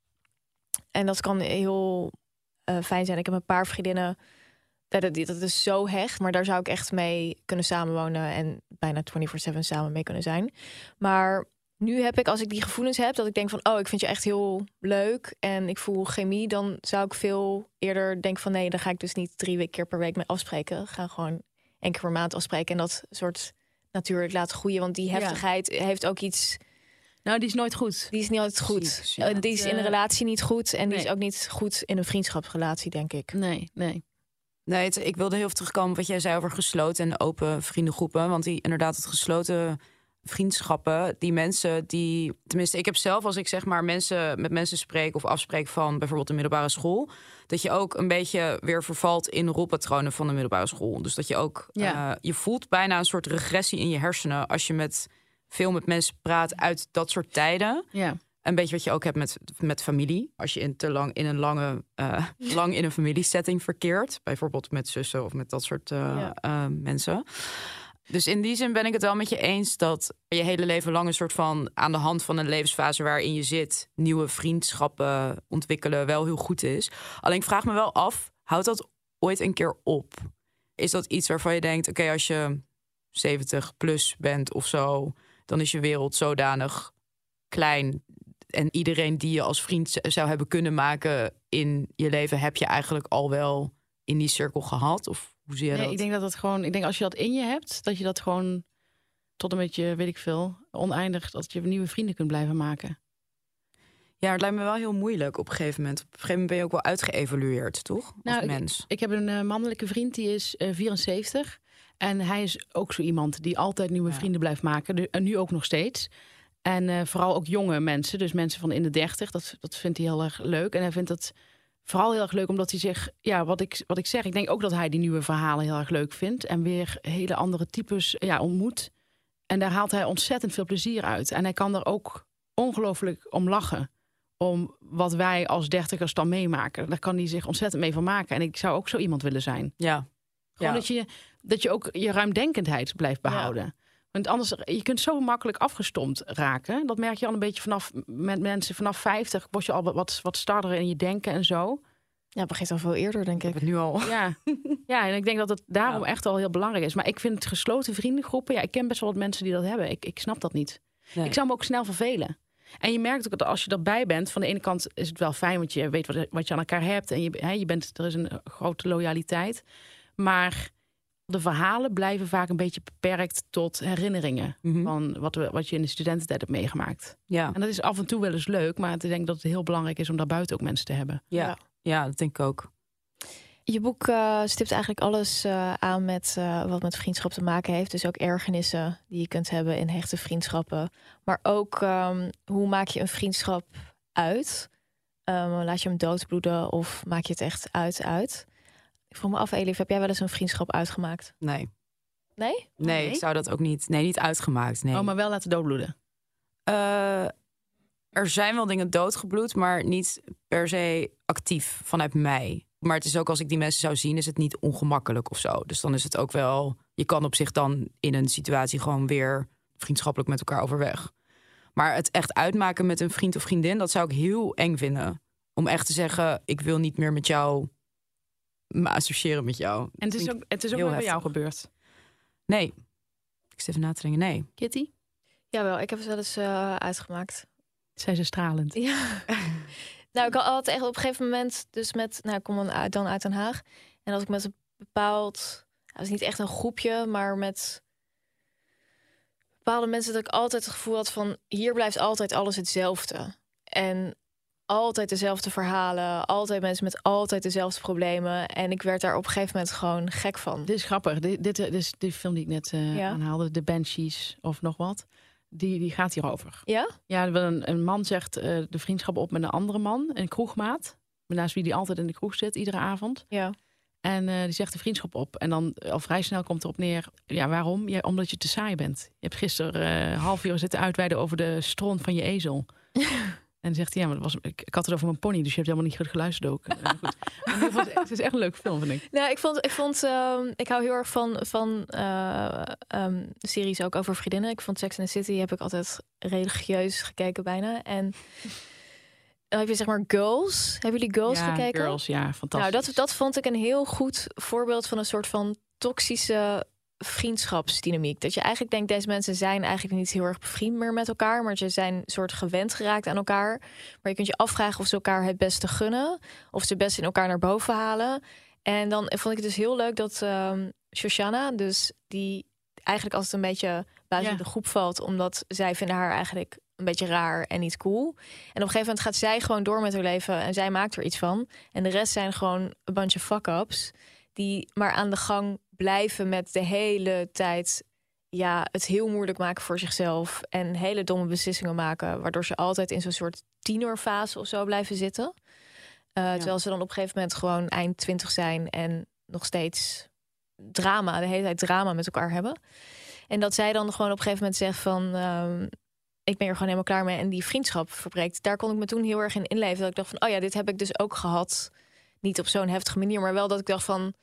En dat kan heel uh, fijn zijn. Ik heb een paar vriendinnen, dat, dat is zo hecht, maar daar zou ik echt mee kunnen samenwonen en bijna vierentwintig zeven samen mee kunnen zijn. Maar nu heb ik, als ik die gevoelens heb, dat ik denk van, oh, ik vind je echt heel leuk en ik voel chemie, dan zou ik veel eerder denken van, nee, dan ga ik dus niet drie keer per week mee afspreken. Ga gewoon één keer per maand afspreken en dat soort natuurlijk laten groeien, want die heftigheid ja. heeft ook iets. Nou, die is nooit goed. Die is niet altijd goed. Precies, ja. Die is in een relatie niet goed en die Nee. is ook niet goed in een vriendschapsrelatie, denk ik. Nee, nee. Nee, het, ik wilde heel even terugkomen op wat jij zei over gesloten en open vriendengroepen. Want die inderdaad, het gesloten vriendschappen, die mensen die... Tenminste, ik heb zelf, als ik zeg maar mensen met mensen spreek of afspreek van bijvoorbeeld de middelbare school, dat je ook een beetje weer vervalt in rolpatronen van de middelbare school. Dus dat je ook... Ja. Uh, je voelt bijna een soort regressie in je hersenen als je met veel met mensen praat uit dat soort tijden. Ja. Een beetje wat je ook hebt met, met familie. Als je in te lang in een lange, uh, lang in een familiesetting verkeert. Bijvoorbeeld met zussen of met dat soort uh, Ja. uh, mensen. Dus in die zin ben ik het wel met je eens dat je hele leven lang een soort van aan de hand van een levensfase waarin je zit, nieuwe vriendschappen ontwikkelen wel heel goed is. Alleen ik vraag me wel af, houdt dat ooit een keer op? Is dat iets waarvan je denkt, oké, okay, als je zeventig plus bent of zo, dan is je wereld zodanig klein. En iedereen die je als vriend zou hebben kunnen maken in je leven, heb je eigenlijk al wel in die cirkel gehad? Of hoe zie je Nee, dat? ik denk dat het gewoon. Ik denk als je dat in je hebt, dat je dat gewoon tot een beetje, weet ik veel, oneindig, dat je nieuwe vrienden kunt blijven maken. Ja, het lijkt me wel heel moeilijk op een gegeven moment. Op een gegeven moment ben je ook wel uitgeëvalueerd, toch? Als Nou, mens. Ik, ik heb een uh, mannelijke vriend, die is uh, vierenzeventig. En hij is ook zo iemand die altijd nieuwe Ja. vrienden blijft maken. De, en nu ook nog steeds. En uh, vooral ook jonge mensen, dus mensen van in de dertig. Dat, dat vindt hij heel erg leuk. En hij vindt dat vooral heel erg leuk, omdat hij zich... Ja, wat ik, wat ik zeg, ik denk ook dat hij die nieuwe verhalen heel erg leuk vindt. En weer hele andere types ja, ontmoet. En daar haalt hij ontzettend veel plezier uit. En hij kan er ook ongelooflijk om lachen. Om wat wij als dertigers dan meemaken. Daar kan hij zich ontzettend mee van maken. En ik zou ook zo iemand willen zijn. Ja. Gewoon Ja. dat, je, dat je ook je ruimdenkendheid blijft behouden. Ja. Want anders, je kunt zo makkelijk afgestompt raken. Dat merk je al een beetje vanaf, met mensen vanaf vijftig... word je al wat, wat starder in je denken en zo. Ja, het begint al veel eerder, denk Ik heb ik. het nu al. Ja, ja en ik denk dat het daarom Ja. echt al heel belangrijk is. Maar ik vind gesloten vriendengroepen... ja, ik ken best wel wat mensen die dat hebben. Ik, ik snap dat niet. Nee. Ik zou me ook snel vervelen. En je merkt ook dat als je erbij bent... van de ene kant is het wel fijn, want je weet wat, wat je aan elkaar hebt. En je, hè, je bent, er is een grote loyaliteit. Maar de verhalen blijven vaak een beetje beperkt tot herinneringen. Mhm. Van wat, we, wat je in de studententijd hebt meegemaakt. Ja. En dat is af en toe wel eens leuk. Maar ik denk dat het heel belangrijk is om daarbuiten ook mensen te hebben. Ja. Ja. Ja, dat denk ik ook. Je boek uh, stipt eigenlijk alles uh, aan met uh, wat met vriendschap te maken heeft. Dus ook ergernissen die je kunt hebben in hechte vriendschappen. Maar ook um, hoe maak je een vriendschap uit? Um, laat je hem doodbloeden of maak je het echt uit uit? Ik vroeg me af, Elif, heb jij wel eens een vriendschap uitgemaakt? Nee. Nee? Nee, nee? ik zou dat ook niet. Nee, niet uitgemaakt. Nee. Oh, maar wel laten doodbloeden. Uh, er zijn wel dingen doodgebloed, maar niet per se actief vanuit mij. Maar het is ook als ik die mensen zou zien, is het niet ongemakkelijk of zo. Dus dan is het ook wel... Je kan op zich dan in een situatie gewoon weer vriendschappelijk met elkaar overweg. Maar het echt uitmaken met een vriend of vriendin, dat zou ik heel eng vinden. Om echt te zeggen, ik wil niet meer met jou me associëren met jou. En het is ook, het is ook wel bij jou gebeurd? Nee. Ik zit even na te denken, nee. Kitty? Jawel, ik heb het wel eens uh, uitgemaakt. Zij ze stralend. Ja. Nou, ik had echt op een gegeven moment dus met... Nou, ik kom dan uit, dan uit Den Haag. En als ik met een bepaald... Het was niet echt een groepje, maar met bepaalde mensen... dat ik altijd het gevoel had van... hier blijft altijd alles hetzelfde. En altijd dezelfde verhalen. Altijd mensen met altijd dezelfde problemen. En ik werd daar op een gegeven moment gewoon gek van. Dit is grappig. Dit, dit, dit is die film die ik net uh, ja. aanhaalde. De Banshees of nog wat. Die, die gaat hierover. Ja? Ja, een, een man zegt uh, de vriendschap op met een andere man. Een kroegmaat. Naast wie die altijd in de kroeg zit, iedere avond. Ja. En uh, die zegt de vriendschap op. En dan al vrij snel komt erop neer. Ja, waarom? Ja, omdat je te saai bent. Je hebt gisteren uh, half uur zitten uitweiden over de stront van je ezel. En dan zegt hij, ja, maar dat was, ik, ik had het over mijn pony, dus je hebt helemaal niet goed geluisterd ook. Uh, goed. Maar het is echt een leuke film, vind ik. Nou, ik vond, ik vond, uh, ik hou heel erg van, van uh, um, series ook over vriendinnen. Ik vond Sex and the City heb ik altijd religieus gekeken bijna. En dan heb je zeg maar Girls. Hebben jullie Girls ja, gekeken? Girls, ja, fantastisch. Nou, dat, dat vond ik een heel goed voorbeeld van een soort van toxische vriendschapsdynamiek. Dat je eigenlijk denkt, deze mensen zijn eigenlijk niet heel erg bevriend meer met elkaar, maar ze zijn een soort gewend geraakt aan elkaar. Maar je kunt je afvragen of ze elkaar het beste gunnen, of ze het best in elkaar naar boven halen. En dan vond ik het dus heel leuk dat um, Shoshana, dus die eigenlijk als het een beetje buiten ja. de groep valt, omdat zij vinden haar eigenlijk een beetje raar en niet cool. En op een gegeven moment gaat zij gewoon door met haar leven en zij maakt er iets van. En de rest zijn gewoon een bunch of fuck-ups die maar aan de gang blijven met de hele tijd ja, het heel moeilijk maken voor zichzelf en hele domme beslissingen maken, waardoor ze altijd in zo'n soort tienerfase of zo blijven zitten. Uh, ja. Terwijl ze dan op een gegeven moment gewoon eind twintig zijn en nog steeds drama, de hele tijd drama met elkaar hebben. En dat zij dan gewoon op een gegeven moment zegt van um, ik ben er gewoon helemaal klaar mee en die vriendschap verbreekt. Daar kon ik me toen heel erg in inleven. Dat ik dacht van, oh ja, dit heb ik dus ook gehad. Niet op zo'n heftige manier, maar wel dat ik dacht van,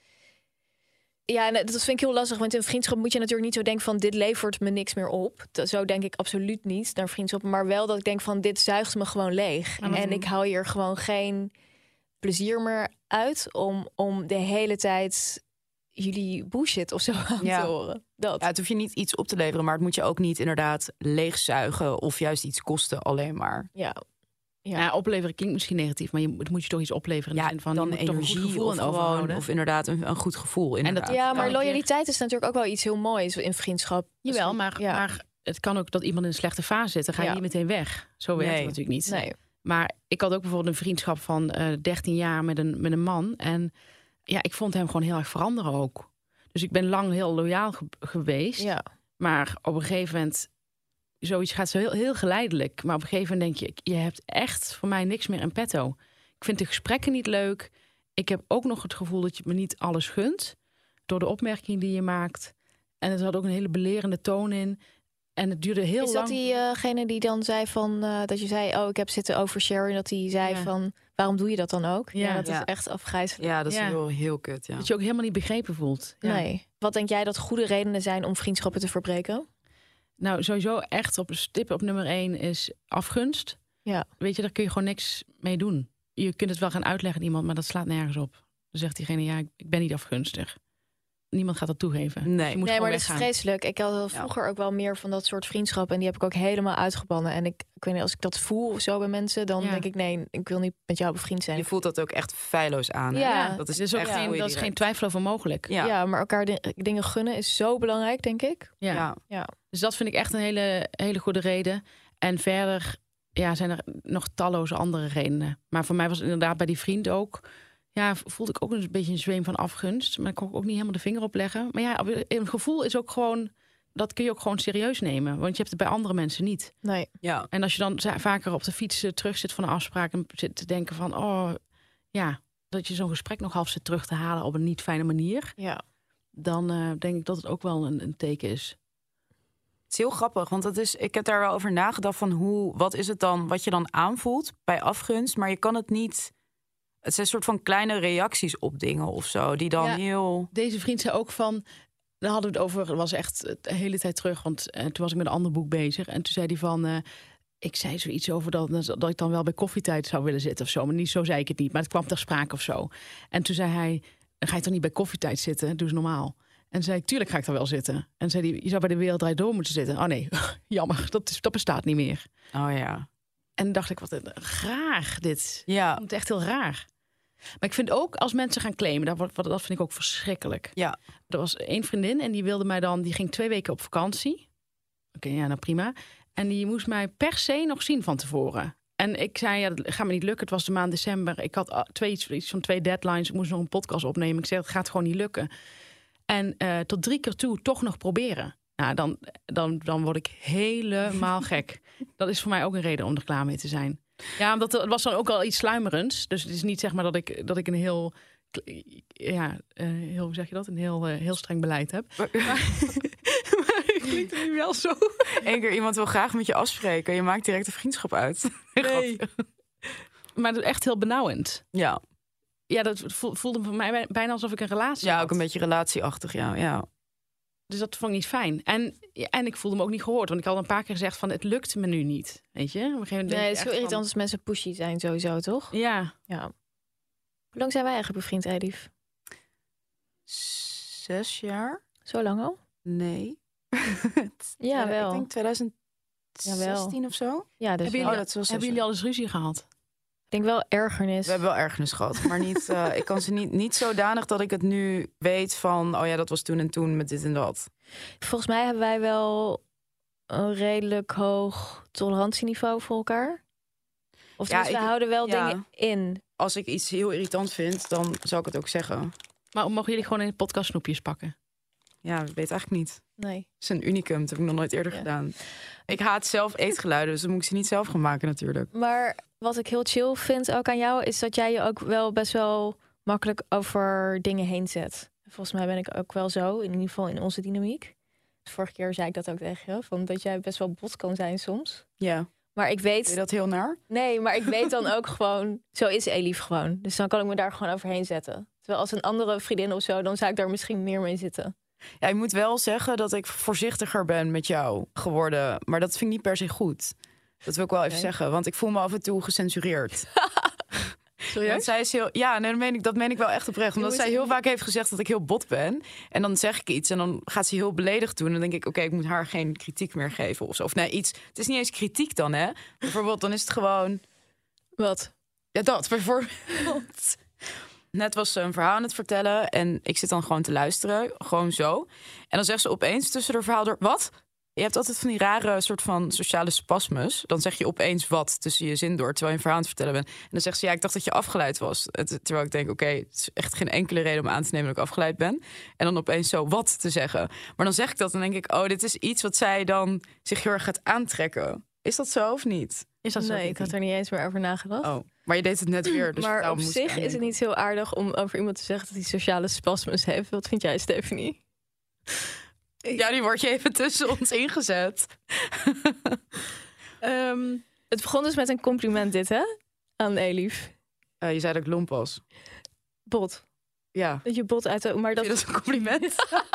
ja, en dat vind ik heel lastig, want in vriendschap moet je natuurlijk niet zo denken van dit levert me niks meer op. Dat, zo denk ik absoluut niet naar vriendschap, maar wel dat ik denk van dit zuigt me gewoon leeg. En doen? Ik haal hier gewoon geen plezier meer uit om, om de hele tijd jullie bullshit of zo aan ja. te horen. Dat. Ja, het hoeft je niet iets op te leveren, maar het moet je ook niet inderdaad leegzuigen of juist iets kosten alleen maar. Ja. Ja. ja, opleveren klinkt misschien negatief, maar je, het moet je toch iets opleveren. Ja, van, dan je moet energie toch een goed gevoel of, gewoon, of inderdaad een, een goed gevoel. En dat, ja, maar loyaliteit is natuurlijk ook wel iets heel moois in vriendschap. Jawel, maar, ja. maar het kan ook dat iemand in een slechte fase zit. Dan ga je ja. niet meteen weg. Zo werkt nee. het natuurlijk niet. Nee. Maar ik had ook bijvoorbeeld een vriendschap van uh, dertien jaar met een, met een man. En ja, ik vond hem gewoon heel erg veranderen ook. Dus ik ben lang heel loyaal ge- geweest. Ja. Maar op een gegeven moment, zoiets gaat zo heel, heel geleidelijk. Maar op een gegeven moment denk je, je hebt echt voor mij niks meer in petto. Ik vind de gesprekken niet leuk. Ik heb ook nog het gevoel dat je me niet alles gunt. Door de opmerking die je maakt. En het had ook een hele belerende toon in. En het duurde heel lang. Is dat diegene uh, die dan zei van, uh, dat je zei, oh, ik heb zitten oversharen. Dat hij zei ja. van, waarom doe je dat dan ook? Ja, ja dat ja. is echt afgrijzelijk. Ja, dat is ja. heel, heel kut. Ja. Dat je ook helemaal niet begrepen voelt. Ja. Nee. Wat denk jij dat goede redenen zijn om vriendschappen te verbreken? Nou, sowieso echt op stip op nummer één is afgunst. Ja. Weet je, daar kun je gewoon niks mee doen. Je kunt het wel gaan uitleggen aan iemand, maar dat slaat nergens op. Dan zegt diegene, ja, ik ben niet afgunstig. Niemand gaat dat toegeven. Nee, dus je moet nee maar weggaan. dat is vreselijk. Ik had vroeger ja. ook wel meer van dat soort vriendschappen. En die heb ik ook helemaal uitgebannen. En ik, ik weet niet, als ik dat voel of zo bij mensen, dan ja. denk ik, nee, ik wil niet met jou bevriend zijn. Je voelt dat ook echt feilloos aan. Hè? Ja. Dat is, is ook echt geen, dat is geen twijfel over mogelijk. Ja, ja maar elkaar di- dingen gunnen is zo belangrijk, denk ik. Ja. Ja. ja. Dus dat vind ik echt een hele, hele goede reden. En verder ja, zijn er nog talloze andere redenen. Maar voor mij was het inderdaad bij die vriend ook, ja, voelde ik ook een beetje een zweem van afgunst. Maar ik kon ook niet helemaal de vinger op leggen. Maar ja, een gevoel is ook gewoon, dat kun je ook gewoon serieus nemen. Want je hebt het bij andere mensen niet. Nee. Ja. En als je dan vaker op de fiets terug zit van een afspraak en zit te denken van, oh, ja, dat je zo'n gesprek nog half zit terug te halen op een niet fijne manier. Ja. dan uh, denk ik dat het ook wel een, een teken is. Het is heel grappig, want het is, ik heb daar wel over nagedacht van hoe, wat is het dan, wat je dan aanvoelt bij afgunst, maar je kan het niet. Het zijn een soort van kleine reacties op dingen of zo, die dan ja, heel. Deze vriend zei ook van, daar hadden we het over, dat was echt de hele tijd terug, want uh, toen was ik met een ander boek bezig en toen zei hij van. Uh, Ik zei zoiets over dat, dat ik dan wel bij koffietijd zou willen zitten of zo. Maar niet, zo zei ik het niet, maar het kwam ter sprake of zo. En toen zei hij, dan ga je toch niet bij koffietijd zitten? Doe eens normaal. En zei ik, tuurlijk ga ik daar wel zitten. En zei hij, je zou bij de Wereld Draait Door moeten zitten. Oh nee, jammer, dat, is, dat bestaat niet meer. Oh ja. En dan dacht ik, wat een, raar dit. Ja. Het is echt heel raar. Maar ik vind ook, als mensen gaan claimen, dat, dat vind ik ook verschrikkelijk. Ja. Er was één vriendin en die wilde mij dan, die ging twee weken op vakantie. Oké, okay, ja, nou prima. En die moest mij per se nog zien van tevoren. En ik zei, ja, dat gaat me niet lukken. Het was de maand december. Ik had twee, iets van twee deadlines. Ik moest nog een podcast opnemen. Ik zei, het gaat gewoon niet lukken. En uh, tot drie keer toe toch nog proberen. Nou, dan, dan, dan word ik helemaal gek. Dat is voor mij ook een reden om er klaar mee te zijn. Ja, omdat het was dan ook al iets sluimerends. Dus het is niet zeg maar dat ik, dat ik een heel... Ja, uh, heel, hoe zeg je dat? Een heel, uh, heel streng beleid heb. Maar, maar ik klinkt er nu wel zo. Eén keer iemand wil graag met je afspreken. Je maakt direct een vriendschap uit. Nee. Maar dat is echt heel benauwend. Ja. Ja, dat voelde voor mij bijna alsof ik een relatie ja, had. Ja, ook een beetje relatieachtig, ja. ja. Dus dat vond ik niet fijn. En, en ik voelde me ook niet gehoord. Want ik had een paar keer gezegd van, het lukt me nu niet. Weet je? Op een gegeven moment nee, het is heel irritant van... als mensen pushy zijn sowieso, toch? Ja. ja. Hoe lang zijn wij eigenlijk bevriend, Elif? Zes jaar. Zo lang al? Nee. ja, wel. Ik denk twintig zestien of zo. Ja, dus hebben, wel. jullie, oh, dat hebben jullie al eens ruzie gehad? Ik denk wel ergernis. We hebben wel ergernis gehad. Maar niet, uh, ik kan ze niet, niet zodanig dat ik het nu weet van... oh ja, dat was toen en toen met dit en dat. Volgens mij hebben wij wel een redelijk hoog tolerantieniveau voor elkaar. Of dus ja, we ik, houden wel ja. dingen in. Als ik iets heel irritant vind, dan zou ik het ook zeggen. Maar mogen jullie gewoon in de podcast snoepjes pakken? Ja, ik weet eigenlijk niet. Nee. Het is een unicum, dat heb ik nog nooit eerder ja. gedaan. Ik haat zelf eetgeluiden, dus dan moet ik ze niet zelf gaan maken natuurlijk. Maar wat ik heel chill vind ook aan jou... is dat jij je ook wel best wel makkelijk over dingen heen zet. Volgens mij ben ik ook wel zo, in ieder geval in onze dynamiek. Vorige keer zei ik dat ook tegen je, van dat jij best wel bot kan zijn soms. Ja. Maar ik weet... Vind je dat heel naar? Nee, maar ik weet dan ook gewoon... Zo is Elif gewoon. Dus dan kan ik me daar gewoon overheen zetten. Terwijl als een andere vriendin of zo... dan zou ik daar misschien meer mee zitten. Ja, ik moet wel zeggen dat ik voorzichtiger ben met jou geworden. Maar dat vind ik niet per se goed. Dat wil ik wel even nee. zeggen. Want ik voel me af en toe gecensureerd. Serieus? Zij is heel, ja, nee, dat, meen ik, dat meen ik wel echt oprecht. Omdat zij heel vaak heeft gezegd dat ik heel bot ben. En dan zeg ik iets en dan gaat ze heel beledigd doen. En dan denk ik, oké, okay, ik moet haar geen kritiek meer geven. Of zo. Of nee, iets. Het is niet eens kritiek dan, hè. Bijvoorbeeld, dan is het gewoon... Wat? Ja, dat bijvoorbeeld. Net was ze een verhaal aan het vertellen. En ik zit dan gewoon te luisteren. Gewoon zo. En dan zegt ze opeens tussen haar verhaal door... Wat? Je hebt altijd van die rare soort van sociale spasmes. Dan zeg je opeens wat tussen je zin door, terwijl je een verhaal aan het vertellen bent. En dan zegt ze, ja, ik dacht dat je afgeleid was. Terwijl ik denk, oké, okay, het is echt geen enkele reden om aan te nemen dat ik afgeleid ben. En dan opeens zo wat te zeggen. Maar dan zeg ik dat en denk ik, oh, dit is iets wat zij dan zich heel erg gaat aantrekken. Is dat zo of niet? Is dat zo? Nee, ik had er niet eens meer over nagedacht. Oh, maar je deed het net weer. Dus maar op zich is het niet heel aardig om over iemand te zeggen dat hij sociale spasmes heeft. Wat vind jij, Stephanie? Ja, die wordt je even tussen ons ingezet. um, het begon dus met een compliment dit, hè? Aan Elif. Uh, je zei dat ik lomp was. Bot. Ja. Dat je bot uit de... Maar dat... Vind je dat een compliment?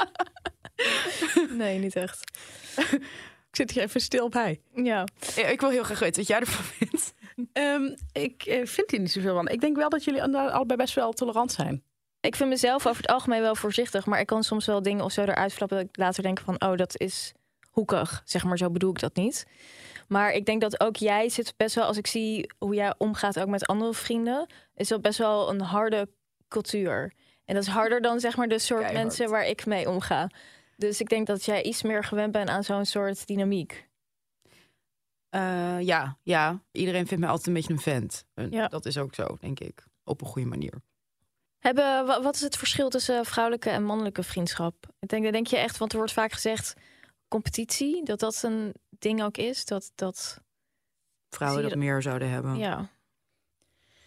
Nee, niet echt. Ik zit hier even stil bij. Ja. Ja, ik wil heel graag weten wat jij ervan vindt. Um, ik uh, vind hier niet zoveel van. Ik denk wel dat jullie allebei best wel tolerant zijn. Ik vind mezelf over het algemeen wel voorzichtig. Maar ik kan soms wel dingen of zo eruit flappen dat ik later denk van... oh, dat is hoekig. Zeg maar, zo bedoel ik dat niet. Maar ik denk dat ook jij zit best wel... als ik zie hoe jij omgaat ook met andere vrienden... is dat best wel een harde cultuur. En dat is harder dan zeg maar de soort Keihard. mensen waar ik mee omga. Dus ik denk dat jij iets meer gewend bent aan zo'n soort dynamiek. Uh, ja, ja. Iedereen vindt mij altijd een beetje een vent. Ja. Dat is ook zo, denk ik. Op een goede manier. Hebben, wat is het verschil tussen vrouwelijke en mannelijke vriendschap? Ik denk, denk je echt, want er wordt vaak gezegd competitie, dat dat een ding ook is, dat dat vrouwen dat meer zouden hebben. Ja.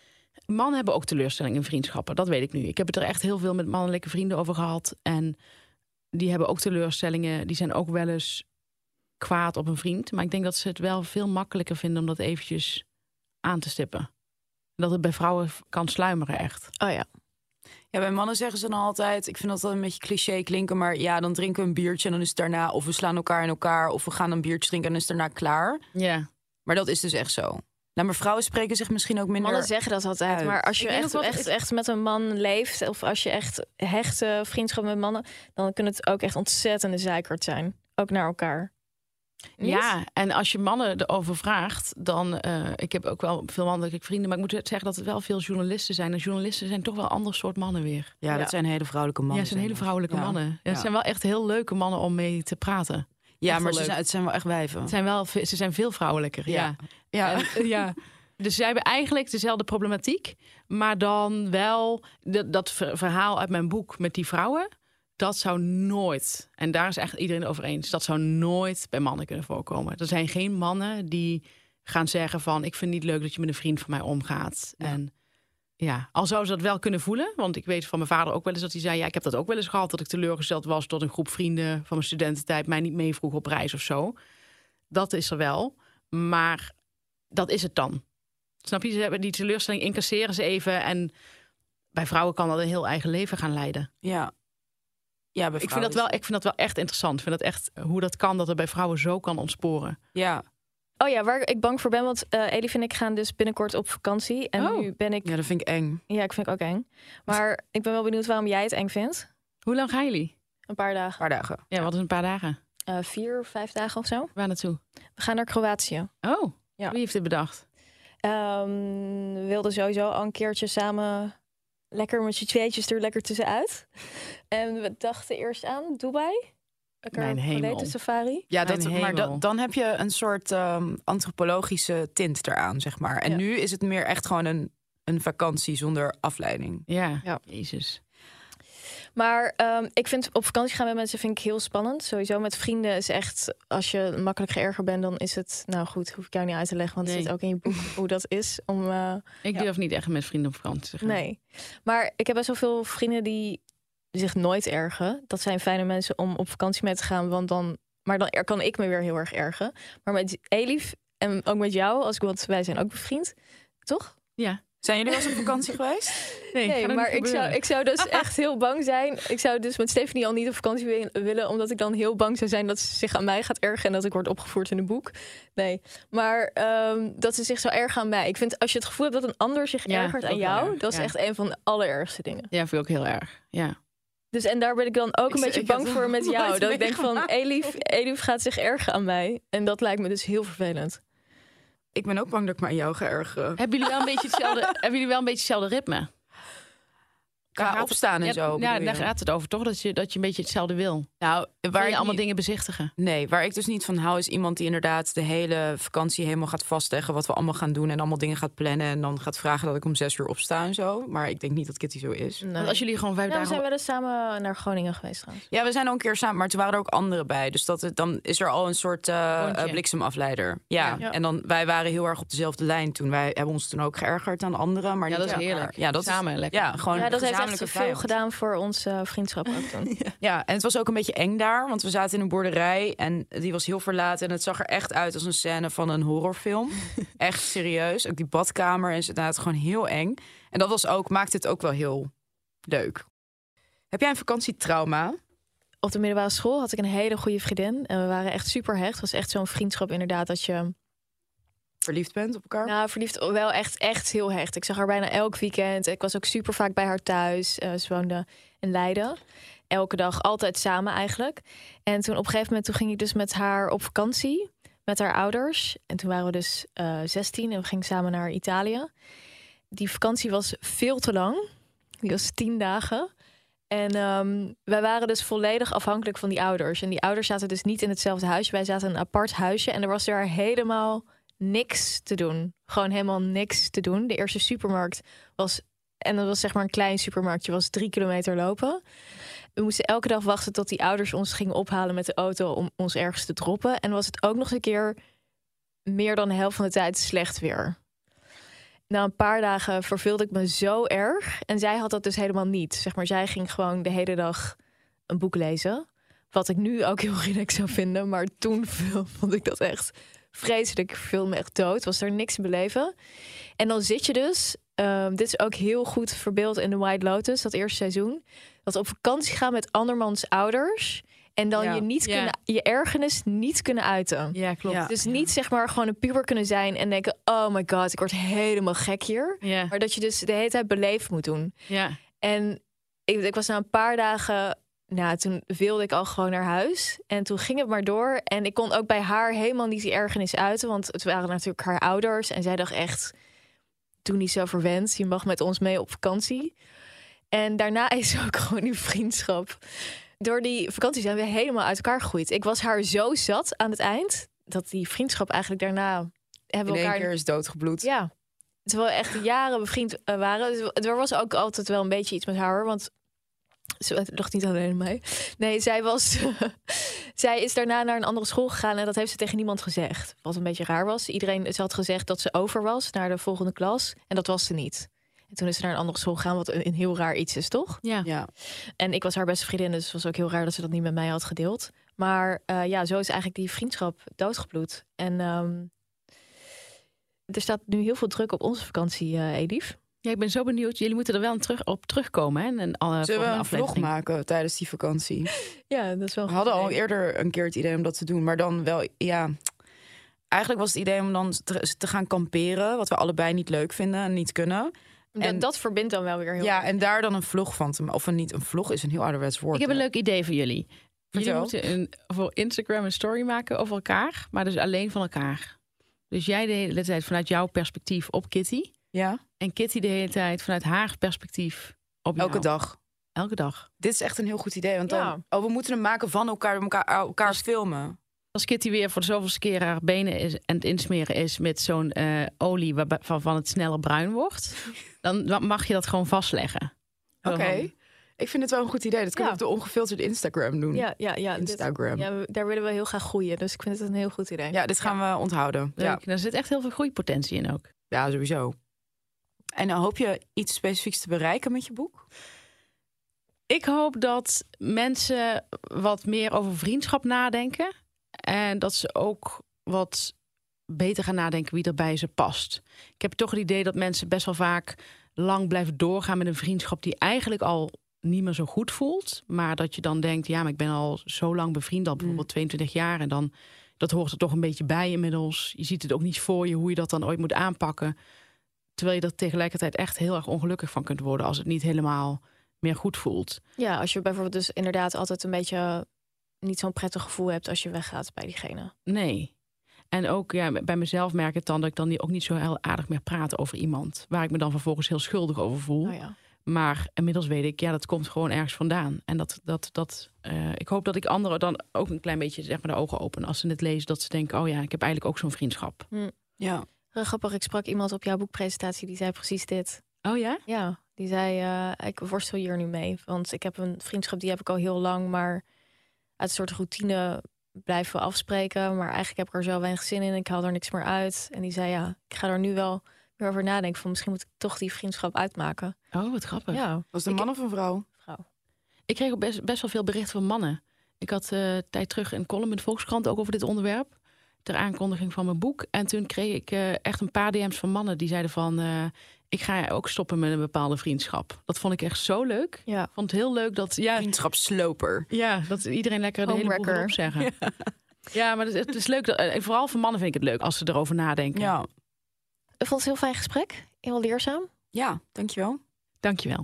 Mannen hebben ook teleurstellingen in vriendschappen. Dat weet ik nu. Ik heb het er echt heel veel met mannelijke vrienden over gehad. En die hebben ook teleurstellingen. Die zijn ook wel eens kwaad op een vriend. Maar ik denk dat ze het wel veel makkelijker vinden om dat eventjes aan te stippen. Dat het bij vrouwen kan sluimeren echt. Oh ja. Ja, bij mannen zeggen ze dan altijd... ik vind dat wel een beetje cliché klinken... maar ja, dan drinken we een biertje en dan is het daarna... of we slaan elkaar in elkaar... of we gaan een biertje drinken en dan is het daarna klaar. Ja. Maar dat is dus echt zo. Nou, maar vrouwen spreken zich misschien ook minder... Mannen zeggen dat altijd, uit. maar als je Ik denk echt, dat wat echt, is- echt met een man leeft... of als je echt hechte vriendschap met mannen... dan kunnen het ook echt ontzettende zeikert zijn. Ook naar elkaar. Niet? Ja, en als je mannen erover vraagt, dan... Uh, ik heb ook wel veel mannelijke vrienden... maar ik moet zeggen dat het wel veel journalisten zijn. En journalisten zijn toch wel een ander soort mannen weer. Ja, dat Ja. zijn hele vrouwelijke mannen. ja, het zijn hele dat. vrouwelijke Ja. mannen. Ja, Ja. Het zijn wel echt heel leuke mannen om mee te praten. Ja, Echt maar wel ze leuk. zijn, het zijn wel echt wijven. Het zijn wel, ve- ze zijn veel vrouwelijker, ja. Ja. En, uh, ja. Dus zij hebben eigenlijk dezelfde problematiek. Maar dan wel dat, dat ver- verhaal uit mijn boek met die vrouwen... dat zou nooit, en daar is echt iedereen over eens... dat zou nooit bij mannen kunnen voorkomen. Er zijn geen mannen die gaan zeggen van... ik vind het niet leuk dat je met een vriend van mij omgaat. Ja. En ja, al zouden ze dat wel kunnen voelen... want ik weet van mijn vader ook wel eens dat hij zei... ja, ik heb dat ook wel eens gehad, dat ik teleurgesteld was... tot een groep vrienden van mijn studententijd... mij niet meevroeg op reis of zo. Dat is er wel, maar dat is het dan. Snap je? Ze hebben die teleurstelling, incasseren ze even... en bij vrouwen kan dat een heel eigen leven gaan leiden. Ja. Ja, bij Ik vind, vrouwen dat wel, is- ik vind dat wel echt interessant. Ik vind dat echt hoe dat kan, dat het bij vrouwen zo kan ontsporen. Ja. Oh ja, waar ik bang voor ben, want uh, Elif en ik gaan dus binnenkort op vakantie. En Oh. nu ben ik... ja, dat vind ik eng. Ja, ik vind het ook eng. Maar ik ben wel benieuwd waarom jij het eng vindt. Hoe lang gaan jullie? Een paar Een dagen. paar dagen. Ja, wat is een paar dagen? Uh, vier, vijf dagen of zo. Waar naartoe? We gaan naar Kroatië. Oh, Ja. wie heeft dit bedacht? Um, we wilden sowieso al een keertje samen lekker met je tweetjes er lekker tussenuit. En we dachten eerst aan Dubai. Lekker Mijn hemel. volledig safari. Ja, Mijn dat, maar hemel. dat, dan heb je een soort um, antropologische tint eraan, zeg maar. En Ja. nu is het meer echt gewoon een, een vakantie zonder afleiding. Ja, Ja. Jezus. Maar um, ik vind op vakantie gaan met mensen vind ik heel spannend. Sowieso met vrienden is echt, als je makkelijk geërgerd bent, dan is het, nou goed, hoef ik jou niet uit te leggen, want Nee. het zit ook in je boek hoe dat is. Om, uh, Ik Ja. durf niet echt met vrienden op vakantie te gaan. nee. Maar ik heb best wel veel vrienden die zich nooit ergen. Dat zijn fijne mensen om op vakantie mee te gaan, want dan, maar dan er- kan ik me weer heel erg ergen. Maar met Elif en ook met jou, als ik, want wij zijn ook bevriend, toch? Ja. Zijn jullie wel eens op vakantie geweest? Nee, Nee, gaat ook maar niet ik zou, gebeuren. ik zou dus echt heel bang zijn. Ik zou dus met Stephanie al niet op vakantie wi- willen, omdat ik dan heel bang zou zijn dat ze zich aan mij gaat ergeren en dat ik word opgevoerd in een boek. Nee, maar um, dat ze zich zou ergeren aan mij. Ik vind als je het gevoel hebt dat een ander zich Ja, ergert dat aan is wel jou, erg, dat is ja. echt een van de allerergste dingen. Ja, vind ik ook heel erg. Ja. Dus en daar ben ik dan ook Ik een z- beetje ik bang heb voor met dat jou. nooit Dat ik denk van, meegemaakt. Elif, Elif gaat zich ergeren aan mij. En dat lijkt me dus heel vervelend. Ik ben ook bang dat ik me aan jou ga ergeren. Hebben jullie wel een beetje hetzelfde, hebben jullie wel een beetje hetzelfde ritme? Qua gaat opstaan en Ja, zo. ja, bedoel daar je? gaat het over, toch? Dat je, dat je een beetje hetzelfde wil. Nou, Waar waar je ik allemaal niet- dingen bezichtigen. Nee, waar ik dus niet van hou is iemand die inderdaad de hele vakantie helemaal gaat vastleggen wat we allemaal gaan doen en allemaal dingen gaat plannen en dan gaat vragen dat ik om zes uur opsta en zo. Maar ik denk niet dat Kitty zo is. Nee. Want als jullie gewoon vijf Nou, we dagen... zijn wel eens samen naar Groningen geweest trouwens. Ja, we zijn al een keer samen, maar toen waren er ook anderen bij. Dus dat, het- dan is er al een soort eh, Rondje. eh, bliksemafleider. Ja. Ja. En dan wij waren heel erg op dezelfde lijn toen. Wij hebben ons toen ook geërgerd aan anderen. Maar Ja, niet dat is aan elkaar. heerlijk. Ja, dat Samen is, lekker. Ja, gewoon Ja, dat een heeft echt gezamenlijke veel vijand. gedaan voor ons uh, vriendschap ook toen. Ja, en het was ook een beetje eng daar, want we zaten in een boerderij en die was heel verlaten en het zag er echt uit als een scène van een horrorfilm. Echt serieus. Ook die badkamer en het gewoon heel eng. En dat was ook, maakte het ook wel heel leuk. Heb jij een vakantietrauma? Op de middelbare school had ik een hele goede vriendin. En we waren echt super hecht. Het was echt zo'n vriendschap inderdaad dat je... Verliefd bent op elkaar? Nou, verliefd wel echt, echt heel hecht. Ik zag haar bijna elk weekend. Ik was ook super vaak bij haar thuis. Uh, ze woonde in Leiden. Elke dag, altijd samen eigenlijk. En toen op een gegeven moment toen ging ik dus met haar op vakantie. Met haar ouders. En toen waren we dus uh, zestien en we gingen samen naar Italië. Die vakantie was veel te lang. Die was tien dagen. En um, wij waren dus volledig afhankelijk van die ouders. En die ouders zaten dus niet in hetzelfde huisje. Wij zaten in een apart huisje. En er was daar helemaal niks te doen. Gewoon helemaal niks te doen. De eerste supermarkt was... En dat was zeg maar een klein supermarktje. Was drie kilometer lopen. We moesten elke dag wachten tot die ouders ons gingen ophalen met de auto om ons ergens te droppen. En was het ook nog eens een keer meer dan de helft van de tijd slecht weer. na een paar dagen verveelde ik me zo erg. En zij had dat dus helemaal niet. Zeg maar, zij ging gewoon de hele dag een boek lezen. Wat ik nu ook heel relaxed zou vinden. Maar toen vond ik dat echt vreselijk. Ik verveelde me echt dood. Was er niks te beleven. En dan zit je dus... Um, dit is ook heel goed verbeeld in The White Lotus, dat eerste seizoen. Dat op vakantie gaan met andermans ouders... en dan Ja. je, niet Ja. kunnen, je ergernis niet kunnen uiten. Ja, klopt. Ja. Ja. Dus niet zeg maar gewoon een puber kunnen zijn... en denken, oh my god, ik word helemaal gek hier. Ja. Maar dat je dus de hele tijd beleefd moet doen. Ja. En ik, ik was na een paar dagen... Nou, toen wilde ik al gewoon naar huis. En toen ging het maar door. En ik kon ook bij haar helemaal niet die ergernis uiten. Want het waren natuurlijk haar ouders. En zij dacht echt, doe niet zo verwend. Je mag met ons mee op vakantie. En daarna is ook gewoon die vriendschap. Door die vakantie zijn we helemaal uit elkaar gegroeid. Ik was haar zo zat aan het eind... dat die vriendschap eigenlijk daarna... hebben In we één elkaar... keer is doodgebloed. Ja, terwijl we echt jaren bevriend uh, waren. Dus er was ook altijd wel een beetje iets met haar, hoor, want ze lag niet alleen mij. Nee, zij was, zij is daarna naar een andere school gegaan en dat heeft ze tegen niemand gezegd. Wat een beetje raar was. Iedereen, ze had gezegd dat ze over was naar de volgende klas en dat was ze niet. En toen is ze naar een andere school gegaan, wat een, een heel raar iets is, toch? Ja. Ja. En ik was haar beste vriendin, dus het was ook heel raar dat ze dat niet met mij had gedeeld. Maar uh, ja, zo is eigenlijk die vriendschap doodgebloed. En um, er staat nu heel veel druk op onze vakantie, uh, Elif. Ja, ik ben zo benieuwd. Jullie moeten er wel een terug, op terugkomen. Hè? En, uh, Zullen we een aflevering. vlog maken tijdens die vakantie? Ja, dat is wel We een hadden goed al idee. eerder een keer het idee om dat te doen. Maar dan wel, ja... Eigenlijk was het idee om dan te, te gaan kamperen. Wat we allebei niet leuk vinden en niet kunnen. Dat, En- dat verbindt dan wel weer heel Ja, erg. en daar dan een vlog van te maken. Of een, niet, een vlog is een heel ouderwets woord. Ik heb een hè? leuk idee voor jullie. Jullie Vertel. moeten een, voor Instagram een story maken over elkaar. Maar dus alleen van elkaar. Dus jij de hele tijd vanuit jouw perspectief op Kitty. Ja, En Kitty de hele tijd vanuit haar perspectief op jou. elke dag. Elke dag. Dit is echt een heel goed idee. Want dan, Ja. oh, we moeten hem maken van elkaar, elkaar, elkaar filmen. Als Kitty weer voor de zoveelste keer haar benen is en het insmeren is met zo'n eh, olie waarvan van het sneller bruin wordt, dan mag je dat gewoon vastleggen. Oké. Gewoon. Ik vind het wel een goed idee. Dat kunnen Ja. we op de ongefilterde Instagram doen. Ja, ja, ja. dit- Instagram. ja, we- daar willen we heel graag groeien. Dus ik vind het een heel goed idee. Ja, dit gaan we onthouden. Leuk. Ja. Daar zit echt heel veel groeipotentie in ook. ja, sowieso. En dan hoop je iets specifieks te bereiken met je boek? Ik hoop dat mensen wat meer over vriendschap nadenken. En dat ze ook wat beter gaan nadenken wie er bij ze past. Ik heb toch het idee dat mensen best wel vaak lang blijven doorgaan met een vriendschap die eigenlijk al niet meer zo goed voelt. Maar dat je dan denkt, ja, maar ik ben al zo lang bevriend, al bijvoorbeeld tweeëntwintig jaar. En dan, dat hoort er toch een beetje bij inmiddels. Je ziet het ook niet voor je hoe je dat dan ooit moet aanpakken. Terwijl je er tegelijkertijd echt heel erg ongelukkig van kunt worden als het niet helemaal meer goed voelt. Ja, als je bijvoorbeeld dus inderdaad altijd een beetje niet zo'n prettig gevoel hebt als je weggaat bij diegene. Nee. En ook ja, bij mezelf merk ik dan dat ik dan niet- ook niet zo heel aardig meer praat over iemand. Waar ik me dan vervolgens heel schuldig over voel. Oh ja. Maar inmiddels weet ik, ja, dat komt gewoon ergens vandaan. En dat, dat, dat, uh, ik hoop dat ik anderen dan ook een klein beetje zeg maar, de ogen open. Als ze het lezen, dat ze denken, oh ja, ik heb eigenlijk ook zo'n vriendschap. Ja. Heel grappig, ik sprak iemand op jouw boekpresentatie die zei precies dit. Oh ja? Ja, die zei, uh, ik worstel hier nu mee. Want ik heb een vriendschap, die heb ik al heel lang, maar uit een soort routine blijven we afspreken. Maar eigenlijk heb ik er zo weinig zin in. Ik haal er niks meer uit. En die zei, ja, ik ga er nu wel meer over nadenken. Van misschien moet ik toch die vriendschap uitmaken. Oh, wat grappig. Ja, Was het een Ik- man of een vrouw? vrouw. Ik kreeg ook best, best wel veel berichten van mannen. Ik had uh, een tijd terug een column in de Volkskrant ook over dit onderwerp. Ter aankondiging van mijn boek. En toen kreeg ik uh, echt een paar D M's van mannen die zeiden van, Uh, ik ga ook stoppen met een bepaalde vriendschap. Dat vond ik echt zo leuk. Ja. Ik vond het heel leuk dat, ja, Vriendschapsloper. ja, dat iedereen lekker de hele boel Homewrecker. gaat opzeggen. Ja. ja, maar het is, het is leuk. Dat, en vooral voor mannen vind ik het leuk als ze erover nadenken. Ja. Ik vond het een heel fijn gesprek. Heel leerzaam. Ja, dankjewel. Dankjewel.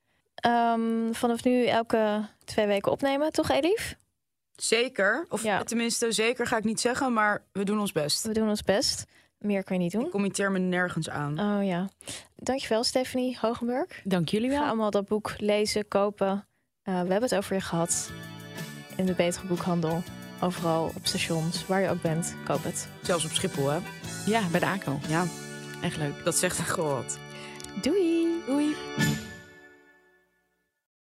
Um, vanaf nu elke twee weken opnemen, toch Elif? Zeker. Of Ja. tenminste, zeker ga ik niet zeggen, maar we doen ons best. We doen ons best. Meer kan je niet Ik doen. committeer me nergens aan. Oh ja. Dankjewel, Stephanie Hogenburg. Dank jullie Ga wel. allemaal dat boek lezen, kopen. Uh, we hebben het over je gehad. In de betere boekhandel. Overal op stations, waar je ook bent. Koop het. Zelfs op Schiphol, hè? Ja, bij de A C O. Ja, Echt leuk. dat zegt echt wel wat. Doei! Doei.